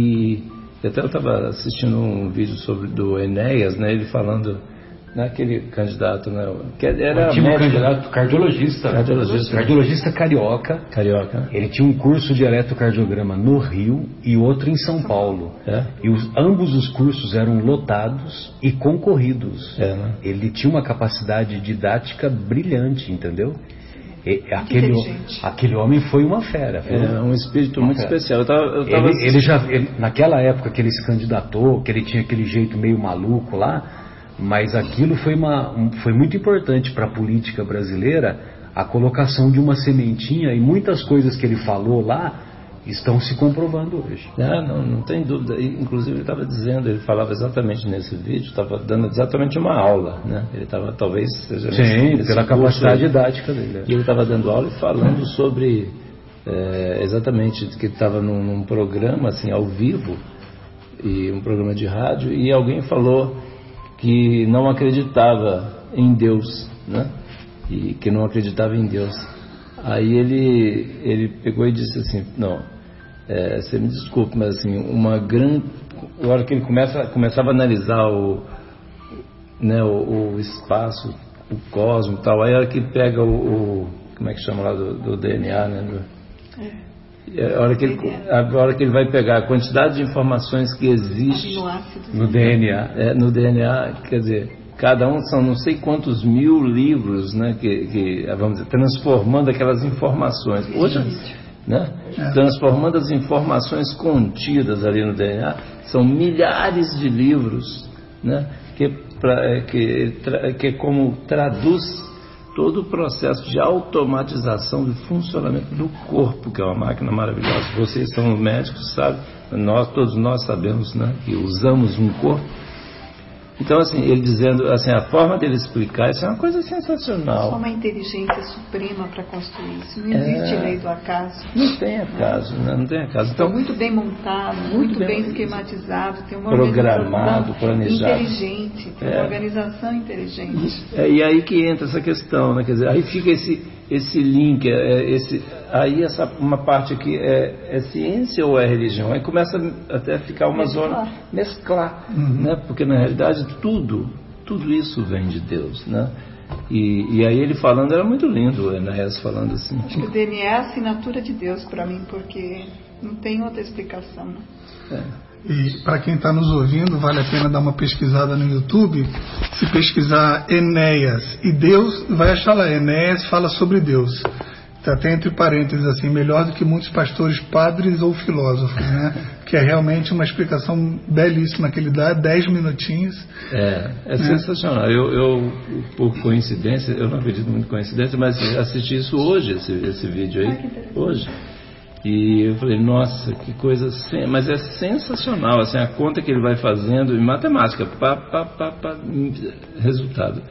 e até eu estava assistindo um vídeo sobre do Enéas, né, ele falando naquele candidato, né, que era médico, candidato cardiologista, cardiologista, cardiologista carioca, carioca. Ele tinha um curso de eletrocardiograma no Rio e outro em São Paulo. É? E os, ambos os cursos eram lotados e concorridos. É, né? Ele tinha uma capacidade didática brilhante, entendeu? E, aquele, aquele homem foi uma fera. Foi é um espírito muito fera. Especial. Eu tava, eu tava ele, ele já, ele, naquela época que ele se candidatou, que ele tinha aquele jeito meio maluco lá, mas aquilo foi, uma, um, foi muito importante para a política brasileira, a colocação de uma sementinha, e muitas coisas que ele falou lá estão se comprovando hoje. É, não, não tem dúvida. Inclusive ele estava dizendo, ele falava exatamente nesse vídeo, estava dando exatamente uma aula, né? Ele estava, talvez seja Sim, nesse, pela nesse capacidade didática dele. E ele estava dando aula e falando sobre é, exatamente que ele estava num, num programa assim ao vivo, e um programa de rádio, e alguém falou que não acreditava em Deus, né? E que não acreditava em Deus. Aí ele, ele pegou e disse assim, não, é, você me desculpe, mas assim, uma grande... A hora que ele começa, começava a analisar o, né, o, o espaço, o cosmos e tal, aí a hora que pega o, o... como é que chama lá do, do D N A, né? Do, é. a hora que ele, a hora que ele vai pegar a quantidade de informações que existe no D N A, é, no D N A, quer dizer, cada um são não sei quantos mil livros, né, que, que vamos dizer, transformando aquelas informações. Hoje, né, é. transformando as informações contidas ali no D N A, são milhares de livros, né, que, pra, que, que como traduz todo o processo de automatização do funcionamento do corpo, que é uma máquina maravilhosa. Vocês são médicos, sabem, nós, todos nós sabemos, né, que usamos um corpo. Então, assim, ele dizendo, assim, a forma dele explicar isso é uma coisa sensacional. Só uma inteligência suprema para construir isso. Não existe é... lei do acaso. Não tem acaso, né? Não tem acaso. Então, muito bem montado, muito, muito bem, bem esquematizado, tem uma programado, planejado, inteligente, tem é. uma organização inteligente. É, e aí que entra essa questão, né? Quer dizer, aí fica esse, esse link, é, esse, aí essa uma parte aqui é, é ciência ou é religião? Aí começa até a ficar uma mesclar. zona mesclar, uhum. né? Porque na realidade tudo, tudo isso vem de Deus, né? E, e aí ele falando era muito lindo, o Enéas falando assim. Acho que o D N A é a assinatura de Deus para mim, porque não tem outra explicação. Né? É. E para quem está nos ouvindo, vale a pena dar uma pesquisada no YouTube. Se pesquisar Enéas e Deus, vai achar lá, Enéas fala sobre Deus. Está até entre parênteses assim, melhor do que muitos pastores, padres ou filósofos, né? Que é realmente uma explicação belíssima que ele dá, dez minutinhos. É, é né? sensacional. Eu, eu, por coincidência, eu não acredito muito em coincidência, mas assisti isso hoje, esse, esse vídeo aí, ah, hoje. E eu falei, nossa, que coisa, sen... mas é sensacional, assim, a conta que ele vai fazendo em matemática, pá, pá, pá, pá, resultado.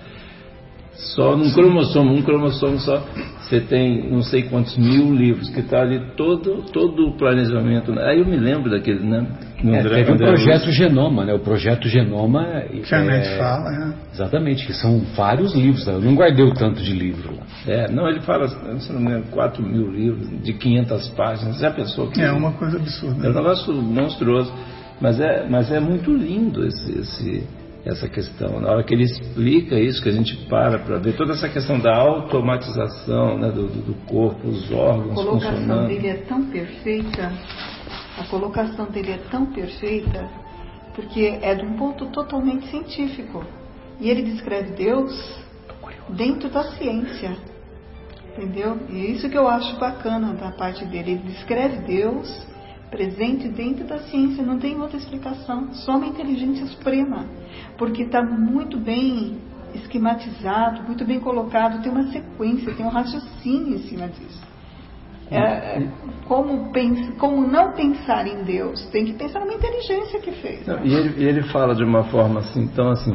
Só num cromossomo, um cromossomo só, você tem não sei quantos mil livros, que está ali todo, todo o planejamento. Aí eu me lembro daquele, né? No é, André, teve um André projeto Luz. Genoma, né? O projeto Genoma. Que a Net fala, é. Exatamente, que são vários livros. Eu não guardei o tanto de livro lá. É, não, ele fala, se não me engano, quatro mil livros, de quinhentas páginas. Já pensou que. É uma coisa absurda. É um negócio monstruoso. Mas é, mas é muito lindo esse. esse essa questão, na hora que ele explica isso, que a gente para para ver toda essa questão da automatização, né, do, do corpo, os órgãos funcionando. A colocação dele é tão perfeita, a colocação dele é tão perfeita, porque é de um ponto totalmente científico. E ele descreve Deus dentro da ciência, entendeu? E isso que eu acho bacana da parte dele. Ele descreve Deus presente dentro da ciência, não tem outra explicação, só uma inteligência suprema, porque está muito bem esquematizado, muito bem colocado, tem uma sequência, tem um raciocínio em cima disso. É, como, pense, como não pensar em Deus? Tem que pensar numa inteligência que fez. Não, e ele, ele fala de uma forma assim, então assim,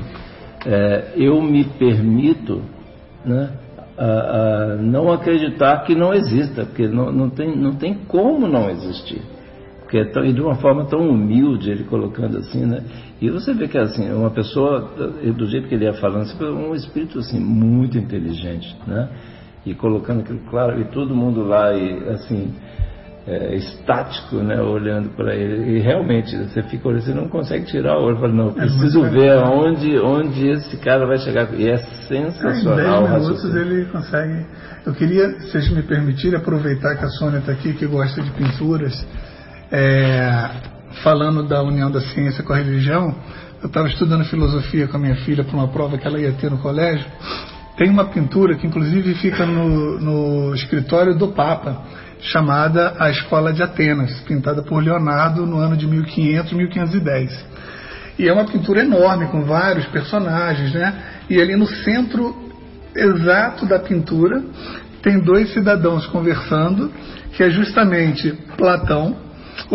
é, eu me permito, né, a, a não acreditar que não exista, porque não, não, tem, não tem como não existir. Porque é tão, e de uma forma tão humilde, ele colocando assim, né? E você vê que assim, uma pessoa, do jeito que ele ia falando, um espírito assim, muito inteligente, né? E colocando aquilo claro, e todo mundo lá, e, assim, é, estático, né? Olhando para ele. E realmente, você fica olhando, você não consegue tirar o olho, fala, não, eu preciso é ver aonde, onde esse cara vai chegar. E é sensacional. Em dez minutos ele consegue. Eu queria, se vocês me permitirem, aproveitar que a Sônia está aqui, que gosta de pinturas. É, falando da união da ciência com a religião, eu estava estudando filosofia com a minha filha para uma prova que ela ia ter no colégio. Tem uma pintura que inclusive fica no, no escritório do Papa, chamada A Escola de Atenas, pintada por Leonardo no ano de mil e quinhentos, mil quinhentos e dez. E é uma pintura enorme, com vários personagens, né? E ali no centro exato da pintura tem dois cidadãos conversando, que é justamente Platão,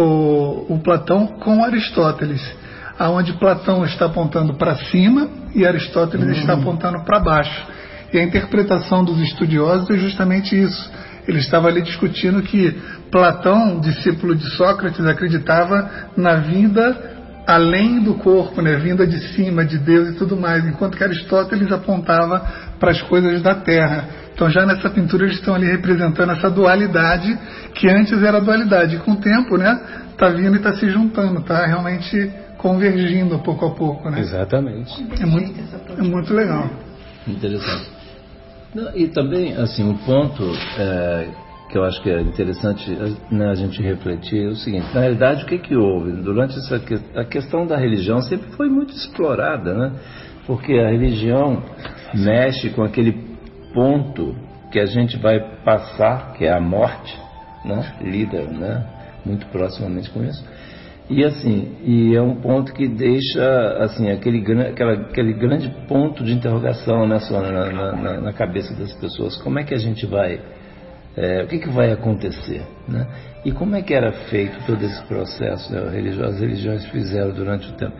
O, o Platão com Aristóteles, aonde Platão está apontando para cima e Aristóteles uhum. está apontando para baixo. E a interpretação dos estudiosos é justamente isso. Ele estava ali discutindo que Platão, discípulo de Sócrates, acreditava na vinda além do corpo, né? Vinda de cima, de Deus e tudo mais, enquanto que Aristóteles apontava para as coisas da terra. Então já nessa pintura eles estão ali representando essa dualidade, que antes era dualidade, e com o tempo, né, está vindo e está se juntando, está realmente convergindo pouco a pouco, né? Exatamente. É muito, é muito legal. Interessante. E também, assim, um ponto é, que eu acho que é interessante, né, a gente refletir, é o seguinte: na realidade, o que que houve? Durante essa a questão da religião sempre foi muito explorada, né? Porque a religião mexe com aquele ponto que a gente vai passar, que é a morte, né? Lida, né, muito proximamente com isso. E assim, e é um ponto que deixa assim, aquele, aquela, aquele grande ponto de interrogação nessa, na, na, na cabeça das pessoas. Como é que a gente vai, é, o que, que vai acontecer, né? E como é que era feito todo esse processo, né? As religiões fizeram durante o tempo.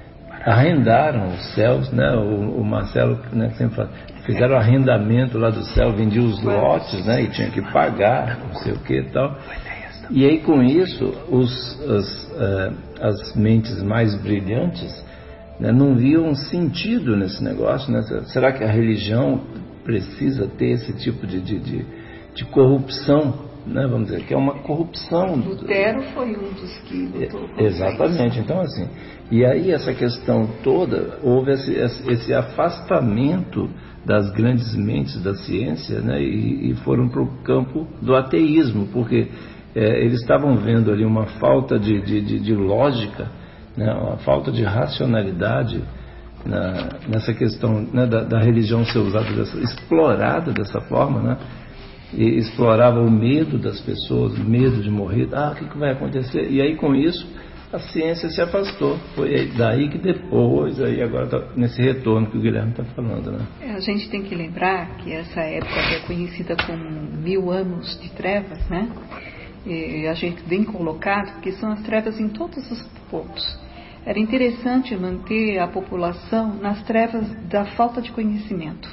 Arrendaram os céus, né? O, o Marcelo, né, sempre fala, fizeram arrendamento lá do céu, vendiam os lotes, né? E tinha que pagar, não sei o que e tal. E aí com isso, os, as, uh, as mentes mais brilhantes, né, não viam sentido nesse negócio, né? Será que a religião precisa ter esse tipo de, de, de, de corrupção, né? Vamos dizer, que é uma corrupção. Lutero foi um dos que lutou. Exatamente, então assim, e aí essa questão toda, houve esse, esse afastamento das grandes mentes da ciência, né? E, e foram para o campo do ateísmo, porque É, eles estavam vendo ali uma falta de, de, de, de lógica, né, uma falta de racionalidade na, nessa questão, né, da, da religião ser usada, dessa, explorada dessa forma, né, e explorava o medo das pessoas, o medo de morrer. Ah, o que, que vai acontecer? E aí com isso a ciência se afastou. Foi daí que depois, aí agora tá nesse retorno que o Guilherme está falando, né? É, a gente tem que lembrar que essa época que é conhecida como mil anos de trevas, né? E a gente bem colocado, porque são as trevas em todos os pontos. Era interessante manter a população nas trevas da falta de conhecimento,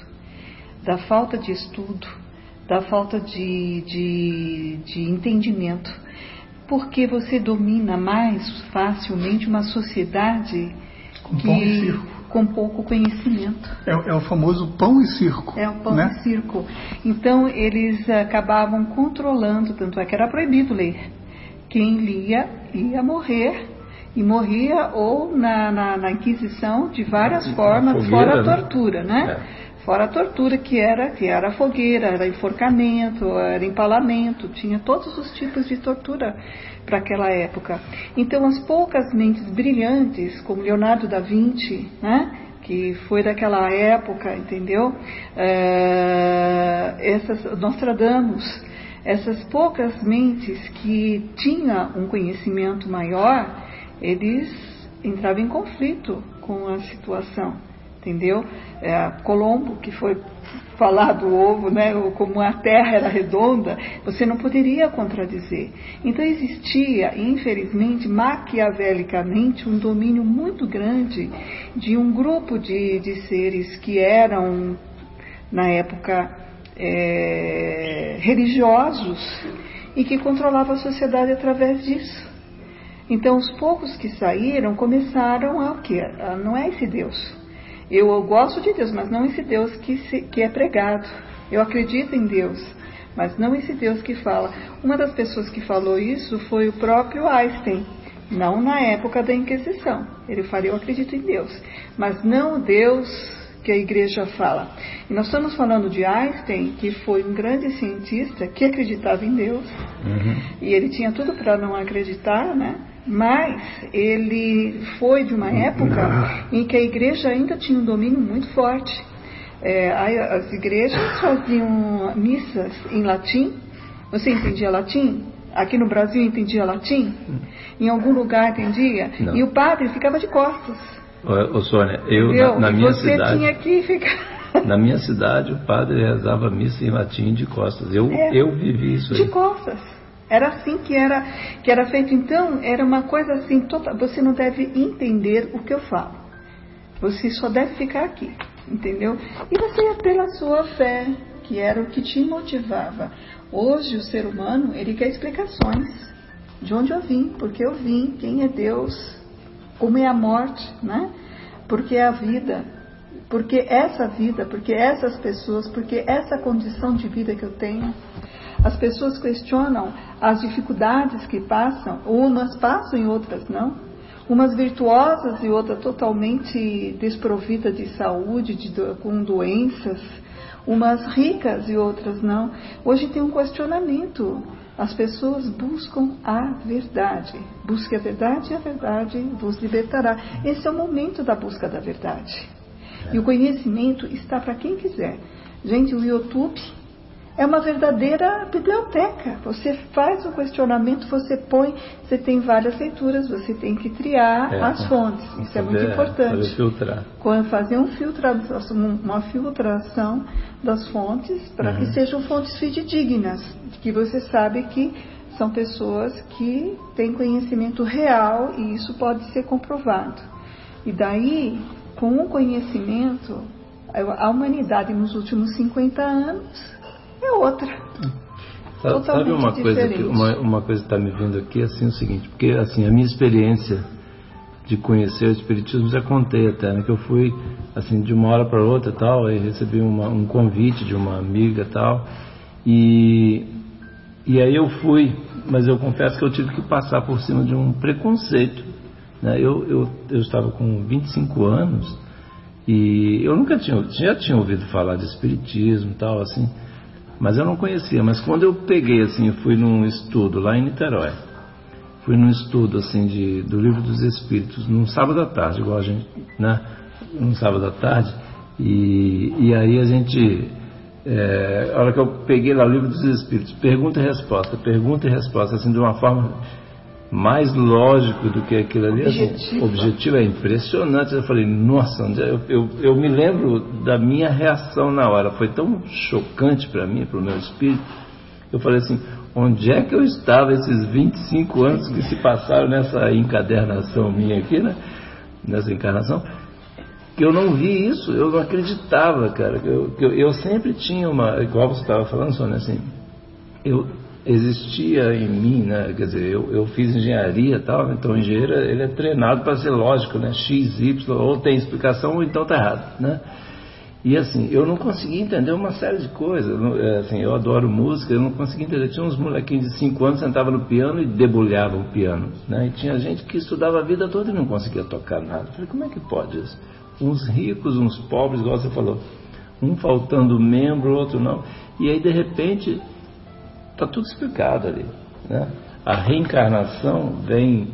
da falta de estudo, da falta de, de, de entendimento, porque você domina mais facilmente uma sociedade com que, pão e circo. Com pouco conhecimento. É, é o famoso pão e circo. É o pão né? e circo. Então eles acabavam controlando, tanto é que era proibido ler. Quem lia ia morrer, e morria ou na, na, na Inquisição de várias na formas, fogueira, fora a né? tortura, né? É. Fora a tortura, que era, que era fogueira, era enforcamento, era empalamento, tinha todos os tipos de tortura para aquela época. Então as poucas mentes brilhantes, como Leonardo da Vinci, né, que foi daquela época, entendeu? É, essas, Nostradamus, essas poucas mentes que tinham um conhecimento maior, eles entravam em conflito com a situação. Entendeu? É, Colombo, que foi falar do ovo, né, como a terra era redonda, você não poderia contradizer. Então existia, infelizmente, maquiavelicamente, um domínio muito grande de um grupo de, de seres que eram, na época, é, religiosos e que controlavam a sociedade através disso. Então os poucos que saíram começaram a o quê? A, não é esse Deus. Eu, eu gosto de Deus, mas não esse Deus que, se, que é pregado. Eu acredito em Deus, mas não esse Deus que fala. Uma das pessoas que falou isso foi o próprio Einstein, não na época da Inquisição. Ele falou, eu acredito em Deus, mas não o Deus que a igreja fala. E nós estamos falando de Einstein, que foi um grande cientista que acreditava em Deus, uhum. E ele tinha tudo para não acreditar, né? Mas ele foi de uma época em que a igreja ainda tinha um domínio muito forte. É, as igrejas faziam missas em latim. Você entendia latim? Aqui no Brasil entendia latim? Em algum lugar entendia? Não. E o padre ficava de costas. Ô, ô Sônia, eu na, na minha você cidade... tinha que ficar... Na minha cidade o padre rezava missa em latim de costas. Eu, é, eu vivi isso aí. De costas. Era assim que era, que era feito. Então, era uma coisa assim, total, você não deve entender o que eu falo. Você só deve ficar aqui, entendeu? E você ia pela sua fé, que era o que te motivava. Hoje, o ser humano, ele quer explicações. De onde eu vim, por que eu vim, quem é Deus, como é a morte, né? Por que a vida, por que essa vida, por que essas pessoas, por que essa condição de vida que eu tenho. As pessoas questionam as dificuldades que passam, ou umas passam e outras não. umas virtuosas e outra totalmente desprovida de saúde, de, com doenças, umas ricas e outras não. Hoje tem um questionamento. As pessoas buscam a verdade. Busque a verdade e a verdade vos libertará. Esse é o momento da busca da verdade. E o conhecimento está para quem quiser. Gente, o YouTube é uma verdadeira biblioteca. Você faz um questionamento, você põe, você tem várias leituras, você tem que triar é, as fontes. Isso é muito importante. Fazer filtrar. Quando fazer um filtra, uma filtração das fontes, para uhum. que sejam fontes fidedignas, que você sabe que são pessoas que têm conhecimento real e isso pode ser comprovado. E daí, com o conhecimento, a humanidade nos últimos cinquenta anos é outra. Sabe, sabe uma coisa que uma, uma coisa que está me vindo aqui, assim, o seguinte, porque assim, a minha experiência de conhecer o Espiritismo, já contei até, né, que eu fui assim, de uma hora para outra tal, e recebi uma, um convite de uma amiga tal, e, e aí eu fui, mas eu confesso que eu tive que passar por cima de um preconceito, né? eu, eu, eu estava com vinte e cinco anos, e eu nunca tinha, já tinha ouvido falar de Espiritismo e tal, assim, mas eu não conhecia. Mas quando eu peguei assim, fui num estudo lá em Niterói, fui num estudo assim de, do Livro dos Espíritos, num sábado à tarde, igual a gente, né, num sábado à tarde, e, e aí a gente, é, a hora que eu peguei lá o Livro dos Espíritos, pergunta e resposta, pergunta e resposta, assim, de uma forma mais lógico do que aquilo ali, assim, o objetivo é impressionante. Eu falei, nossa, eu, eu, eu me lembro da minha reação na hora, foi tão chocante para mim, para o meu espírito. Eu falei assim, onde é que eu estava esses vinte e cinco anos que se passaram nessa encadernação minha aqui, né? Nessa encarnação, que eu não vi isso, eu não acreditava, cara. Eu, eu, eu sempre tinha uma, igual você estava falando, Sônia, assim, eu existia em mim, né? Quer dizer, eu, eu fiz engenharia e tal, então o engenheiro ele é treinado para ser lógico, né? X, Y, ou tem explicação ou então tá errado, né? E assim, eu não conseguia entender uma série de coisas, assim, eu adoro música, eu não conseguia entender. Tinha uns molequinhos de cinco anos, sentavam no piano e debulhavam o piano, né? E tinha gente que estudava a vida toda e não conseguia tocar nada. Eu falei, como é que pode isso? Uns ricos, uns pobres, igual você falou, um faltando membro, outro não, e aí de repente está tudo explicado ali, né? A reencarnação vem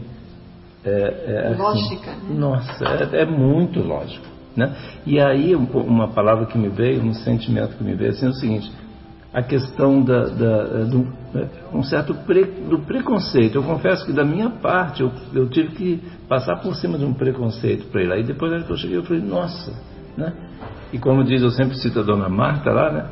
é, é, assim, lógica, né? Nossa, é, é muito lógico, né? E aí uma palavra que me veio, um sentimento que me veio assim, é o seguinte: a questão da, da, do um certo pre, do preconceito. Eu confesso que da minha parte eu, eu tive que passar por cima de um preconceito para ir lá, e depois que eu cheguei eu falei, nossa, né? E como diz, eu sempre cito a Dona Marta lá, né?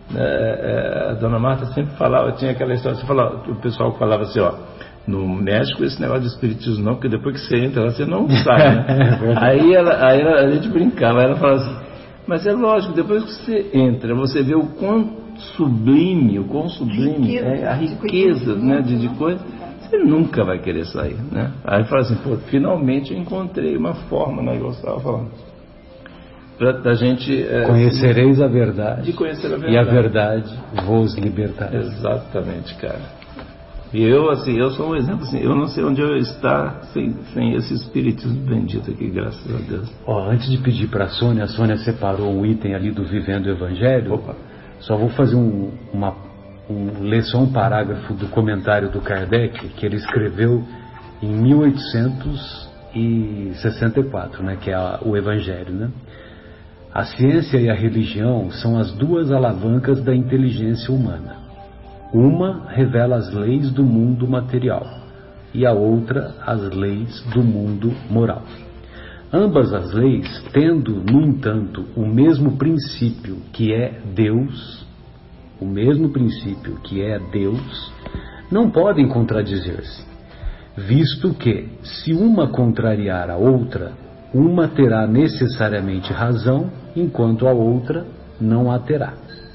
É, é, a Dona Marta sempre falava, tinha aquela história, você falava, o pessoal falava assim, ó, no México esse negócio de espiritismo não, porque depois que você entra lá, você não sai, né? aí, ela, aí ela, a gente brincava, ela falava assim, mas é lógico, depois que você entra, você vê o quão sublime, o quão sublime é a riqueza, né, de, de coisa, você nunca vai querer sair, né? Aí fala assim, pô, finalmente eu encontrei uma forma, né, igual você estava falando, pra, da gente é, conhecereis a verdade, de conhecer a verdade, e a verdade vos libertará. Exatamente, cara. E eu, assim, eu sou um exemplo, assim, eu não sei onde eu ia estar sem, sem esse espiritismo bendito aqui, graças a Deus. Ó, antes de pedir para a Sônia, a Sônia separou um item ali do Vivendo o Evangelho. Opa. Só vou fazer um, uma, um, ler só um parágrafo do comentário do Kardec, que ele escreveu em mil oitocentos e sessenta e quatro, né, que é a, o Evangelho, né? A ciência e a religião são as duas alavancas da inteligência humana. Uma revela as leis do mundo material e a outra as leis do mundo moral. Ambas as leis, tendo, no entanto, o mesmo princípio que é Deus, o mesmo princípio que é Deus, não podem contradizer-se, visto que, se uma contrariar a outra, uma terá necessariamente razão, enquanto a outra não a terá,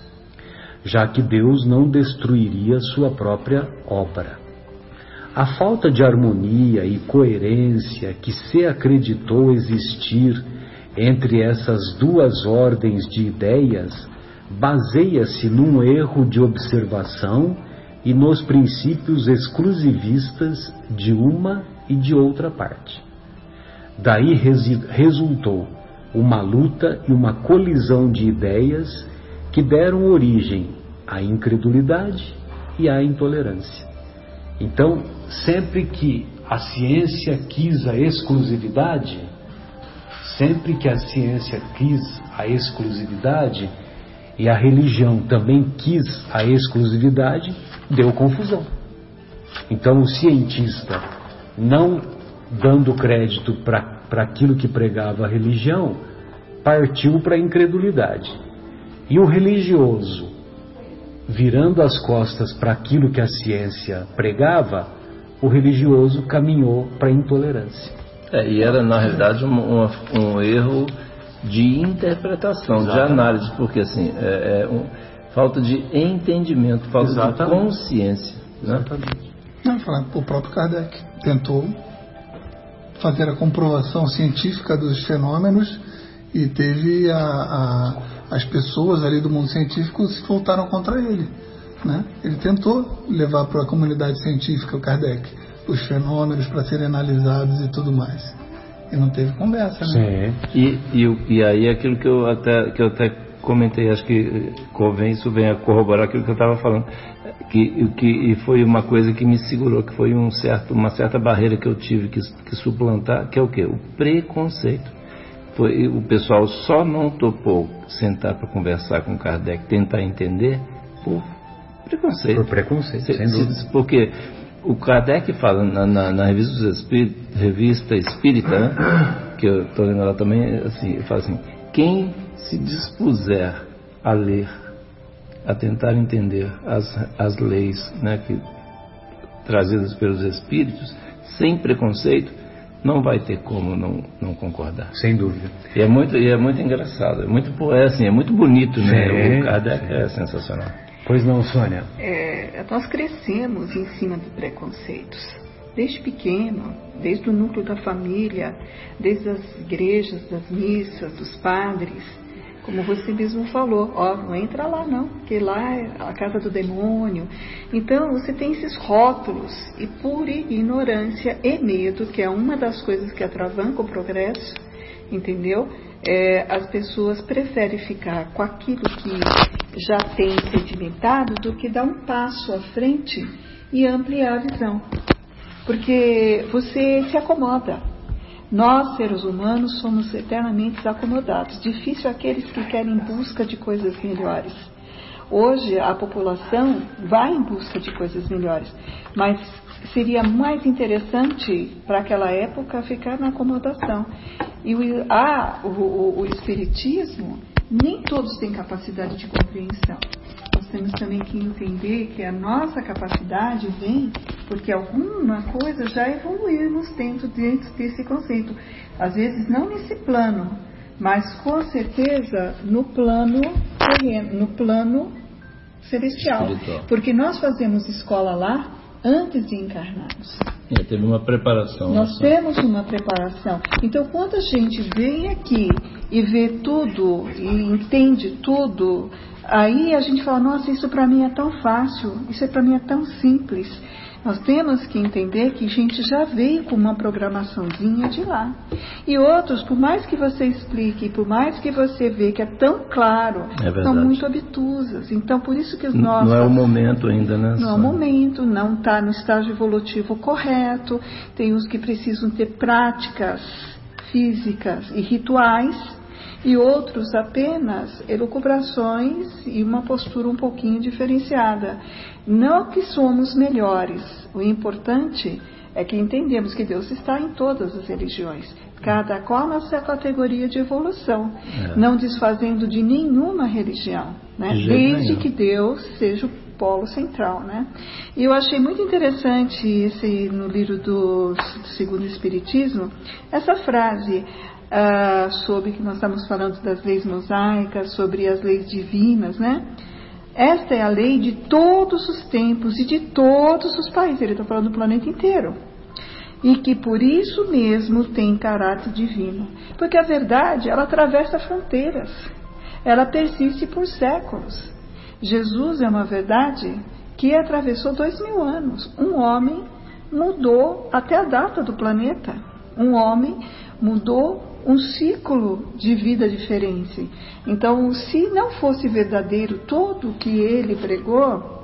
já que Deus não destruiria sua própria obra. A falta de harmonia e coerência que se acreditou existir entre essas duas ordens de ideias baseia-se num erro de observação e nos princípios exclusivistas de uma e de outra parte. Daí resultou uma luta e uma colisão de ideias que deram origem à incredulidade e à intolerância. Então, sempre que a ciência quis a exclusividade, sempre que a ciência quis a exclusividade e a religião também quis a exclusividade, deu confusão. Então, o cientista, não dando crédito para aquilo que pregava a religião, partiu para a incredulidade. E o religioso, virando as costas para aquilo que a ciência pregava, o religioso caminhou para a intolerância. É, e era, na realidade, um, um, um erro de interpretação, exatamente, de análise, porque assim, é, é um, falta de entendimento, falta exatamente, de consciência. Né? Exatamente. Não, o próprio Kardec tentou fazer a comprovação científica dos fenômenos e teve a, a, as pessoas ali do mundo científico se voltaram contra ele, né? Ele tentou levar para a comunidade científica, o Kardec, os fenômenos para serem analisados e tudo mais, e não teve conversa, né? Sim. E, e, e aí aquilo que eu até, que eu até comentei, acho que convém, isso vem a corroborar aquilo que eu estava falando, que, que e foi uma coisa que me segurou, que foi um certo, uma certa barreira que eu tive que, que suplantar, que é o quê? O preconceito. Foi, o pessoal só não topou sentar para conversar com Kardec, tentar entender, por preconceito. Por preconceito, se, sem dúvida. Se, porque o Kardec fala na, na, na revista, dos Espírita, revista Espírita, né, que eu estou lendo lá também, assim, fala assim, quem se dispuser a ler, a tentar entender as, as leis, né, que, trazidas pelos Espíritos, sem preconceito, não vai ter como não, não concordar. Sem dúvida. E é muito, e é muito engraçado, é muito, é, assim, é muito bonito, né? Sim, o Kardec sim. É sensacional. Pois não, Sônia? É, nós crescemos em cima de preconceitos. Desde pequeno, desde o núcleo da família, desde as igrejas, das missas, dos padres. Como você mesmo falou, ó, não entra lá não, porque lá é a casa do demônio. Então você tem esses rótulos, e por ignorância e medo, que é uma das coisas que atravanca o progresso, entendeu? É, as pessoas preferem ficar com aquilo que já tem sedimentado do que dar um passo à frente e ampliar a visão. Porque você se acomoda. Nós, seres humanos, somos eternamente acomodados. Difícil aqueles que querem em busca de coisas melhores. Hoje, a população vai em busca de coisas melhores, mas seria mais interessante para aquela época ficar na acomodação. E o, ah, o, o, o Espiritismo, nem todos têm capacidade de compreensão. Nós temos também que entender que a nossa capacidade vem porque alguma coisa já evoluímos dentro, dentro desse conceito. Às vezes não nesse plano, mas com certeza no plano terreno, no plano celestial. Espiritual. Porque nós fazemos escola lá antes de encarnarmos. É, teve uma preparação. Nós nossa. temos uma preparação. Então, quando a gente vem aqui e vê tudo, e entende tudo, aí a gente fala, nossa, isso para mim é tão fácil, isso para mim é tão simples. Nós temos que entender que a gente já veio com uma programaçãozinha de lá. E outros, por mais que você explique, por mais que você vê que é tão claro, é são muito obtusas. Então, por isso que os nossos... Não é o momento ainda, né? Não é o momento, não está no estágio evolutivo correto. Tem os que precisam ter práticas físicas e rituais, e outros apenas elucubrações e uma postura um pouquinho diferenciada. Não que somos melhores, o importante é que entendemos que Deus está em todas as religiões, cada qual na sua categoria de evolução, é. Não desfazendo de nenhuma religião, né? De desde nenhum. Que Deus seja o polo central, né? E eu achei muito interessante esse, no livro do, do Segundo Espiritismo, essa frase... Uh, sobre que nós estamos falando das leis mosaicas, sobre as leis divinas, né? Esta é a lei de todos os tempos e de todos os países. Ele está falando do planeta inteiro. E que por isso mesmo tem caráter divino. Porque a verdade, ela atravessa fronteiras. Ela persiste por séculos. Jesus é uma verdade que atravessou dois mil anos. Um homem mudou até a data do planeta. Um homem mudou um ciclo de vida diferente. Então, se não fosse verdadeiro tudo o que ele pregou,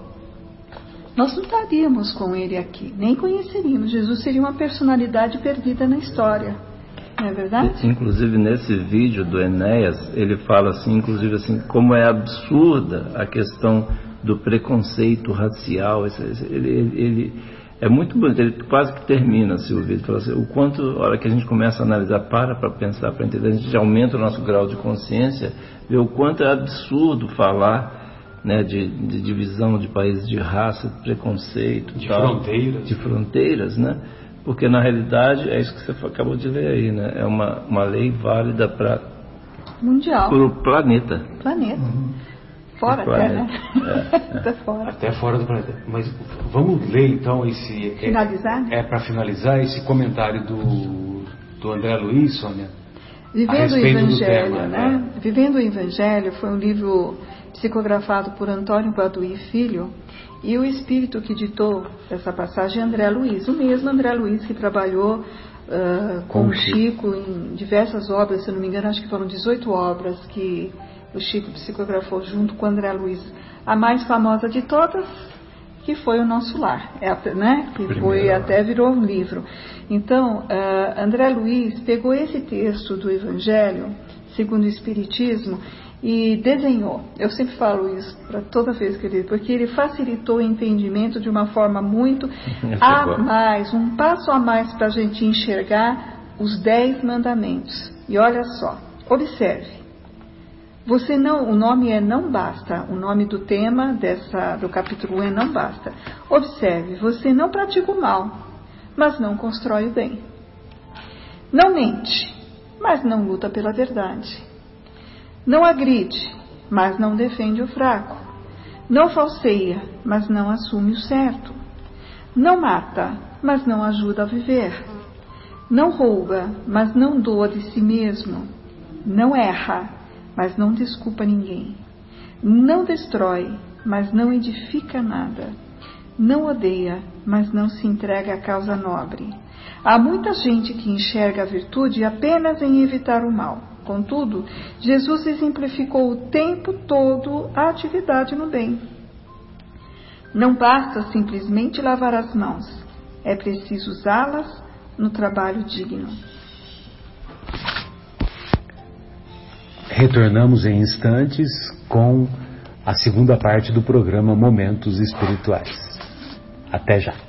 nós não estaríamos com ele aqui, nem conheceríamos. Jesus seria uma personalidade perdida na história, não é verdade? Inclusive nesse vídeo do Enéas, ele fala assim, inclusive assim, como é absurda a questão do preconceito racial. Ele, ele, ele é muito bonito, ele quase que termina assim, o vídeo, fala assim, o quanto, a hora que a gente começa a analisar, para para pensar, para entender, a gente aumenta o nosso grau de consciência, vê o quanto é absurdo falar, né, de, de divisão de países, de raça, de preconceito, de tal, fronteiras, de fronteiras, né? Porque na realidade é isso que você acabou de ler aí, né? É uma, uma lei válida para mundial, para o planeta. Planeta. Uhum. Fora até, né? É, é. Até fora. Até fora do planeta. Mas vamos ler então esse. Finalizar? É, é para finalizar esse comentário do, do André Luiz, Sônia. Vivendo o Evangelho, tema, né? É. Vivendo o Evangelho foi um livro psicografado por Antônio Baduí Filho, e o espírito que ditou essa passagem é André Luiz, o mesmo André Luiz que trabalhou uh, com o Chico em diversas obras, se eu não me engano, acho que foram dezoito obras que o Chico psicografou junto com André Luiz. A mais famosa de todas, que foi O Nosso Lar, é, né? Que Primeiro. foi até virou um livro. Então, uh, André Luiz pegou esse texto do Evangelho, segundo o Espiritismo, e desenhou. Eu sempre falo isso para toda vez que ele, porque ele facilitou o entendimento de uma forma muito a mais, um passo a mais para a gente enxergar os dez mandamentos. E olha só, observe. Você não, o nome é Não Basta. O nome do tema dessa, do capítulo um é Não Basta. Observe, você não pratica o mal, mas não constrói o bem. Não mente, mas não luta pela verdade. Não agride, mas não defende o fraco. Não falseia, mas não assume o certo. Não mata, mas não ajuda a viver. Não rouba, mas não doa de si mesmo. Não erra, mas não desculpa ninguém. Não destrói, mas não edifica nada. Não odeia, mas não se entrega à causa nobre. Há muita gente que enxerga a virtude apenas em evitar o mal. Contudo, Jesus exemplificou o tempo todo a atividade no bem. Não basta simplesmente lavar as mãos, é preciso usá-las no trabalho digno. Retornamos em instantes com a segunda parte do programa Momentos Espirituais. Até já.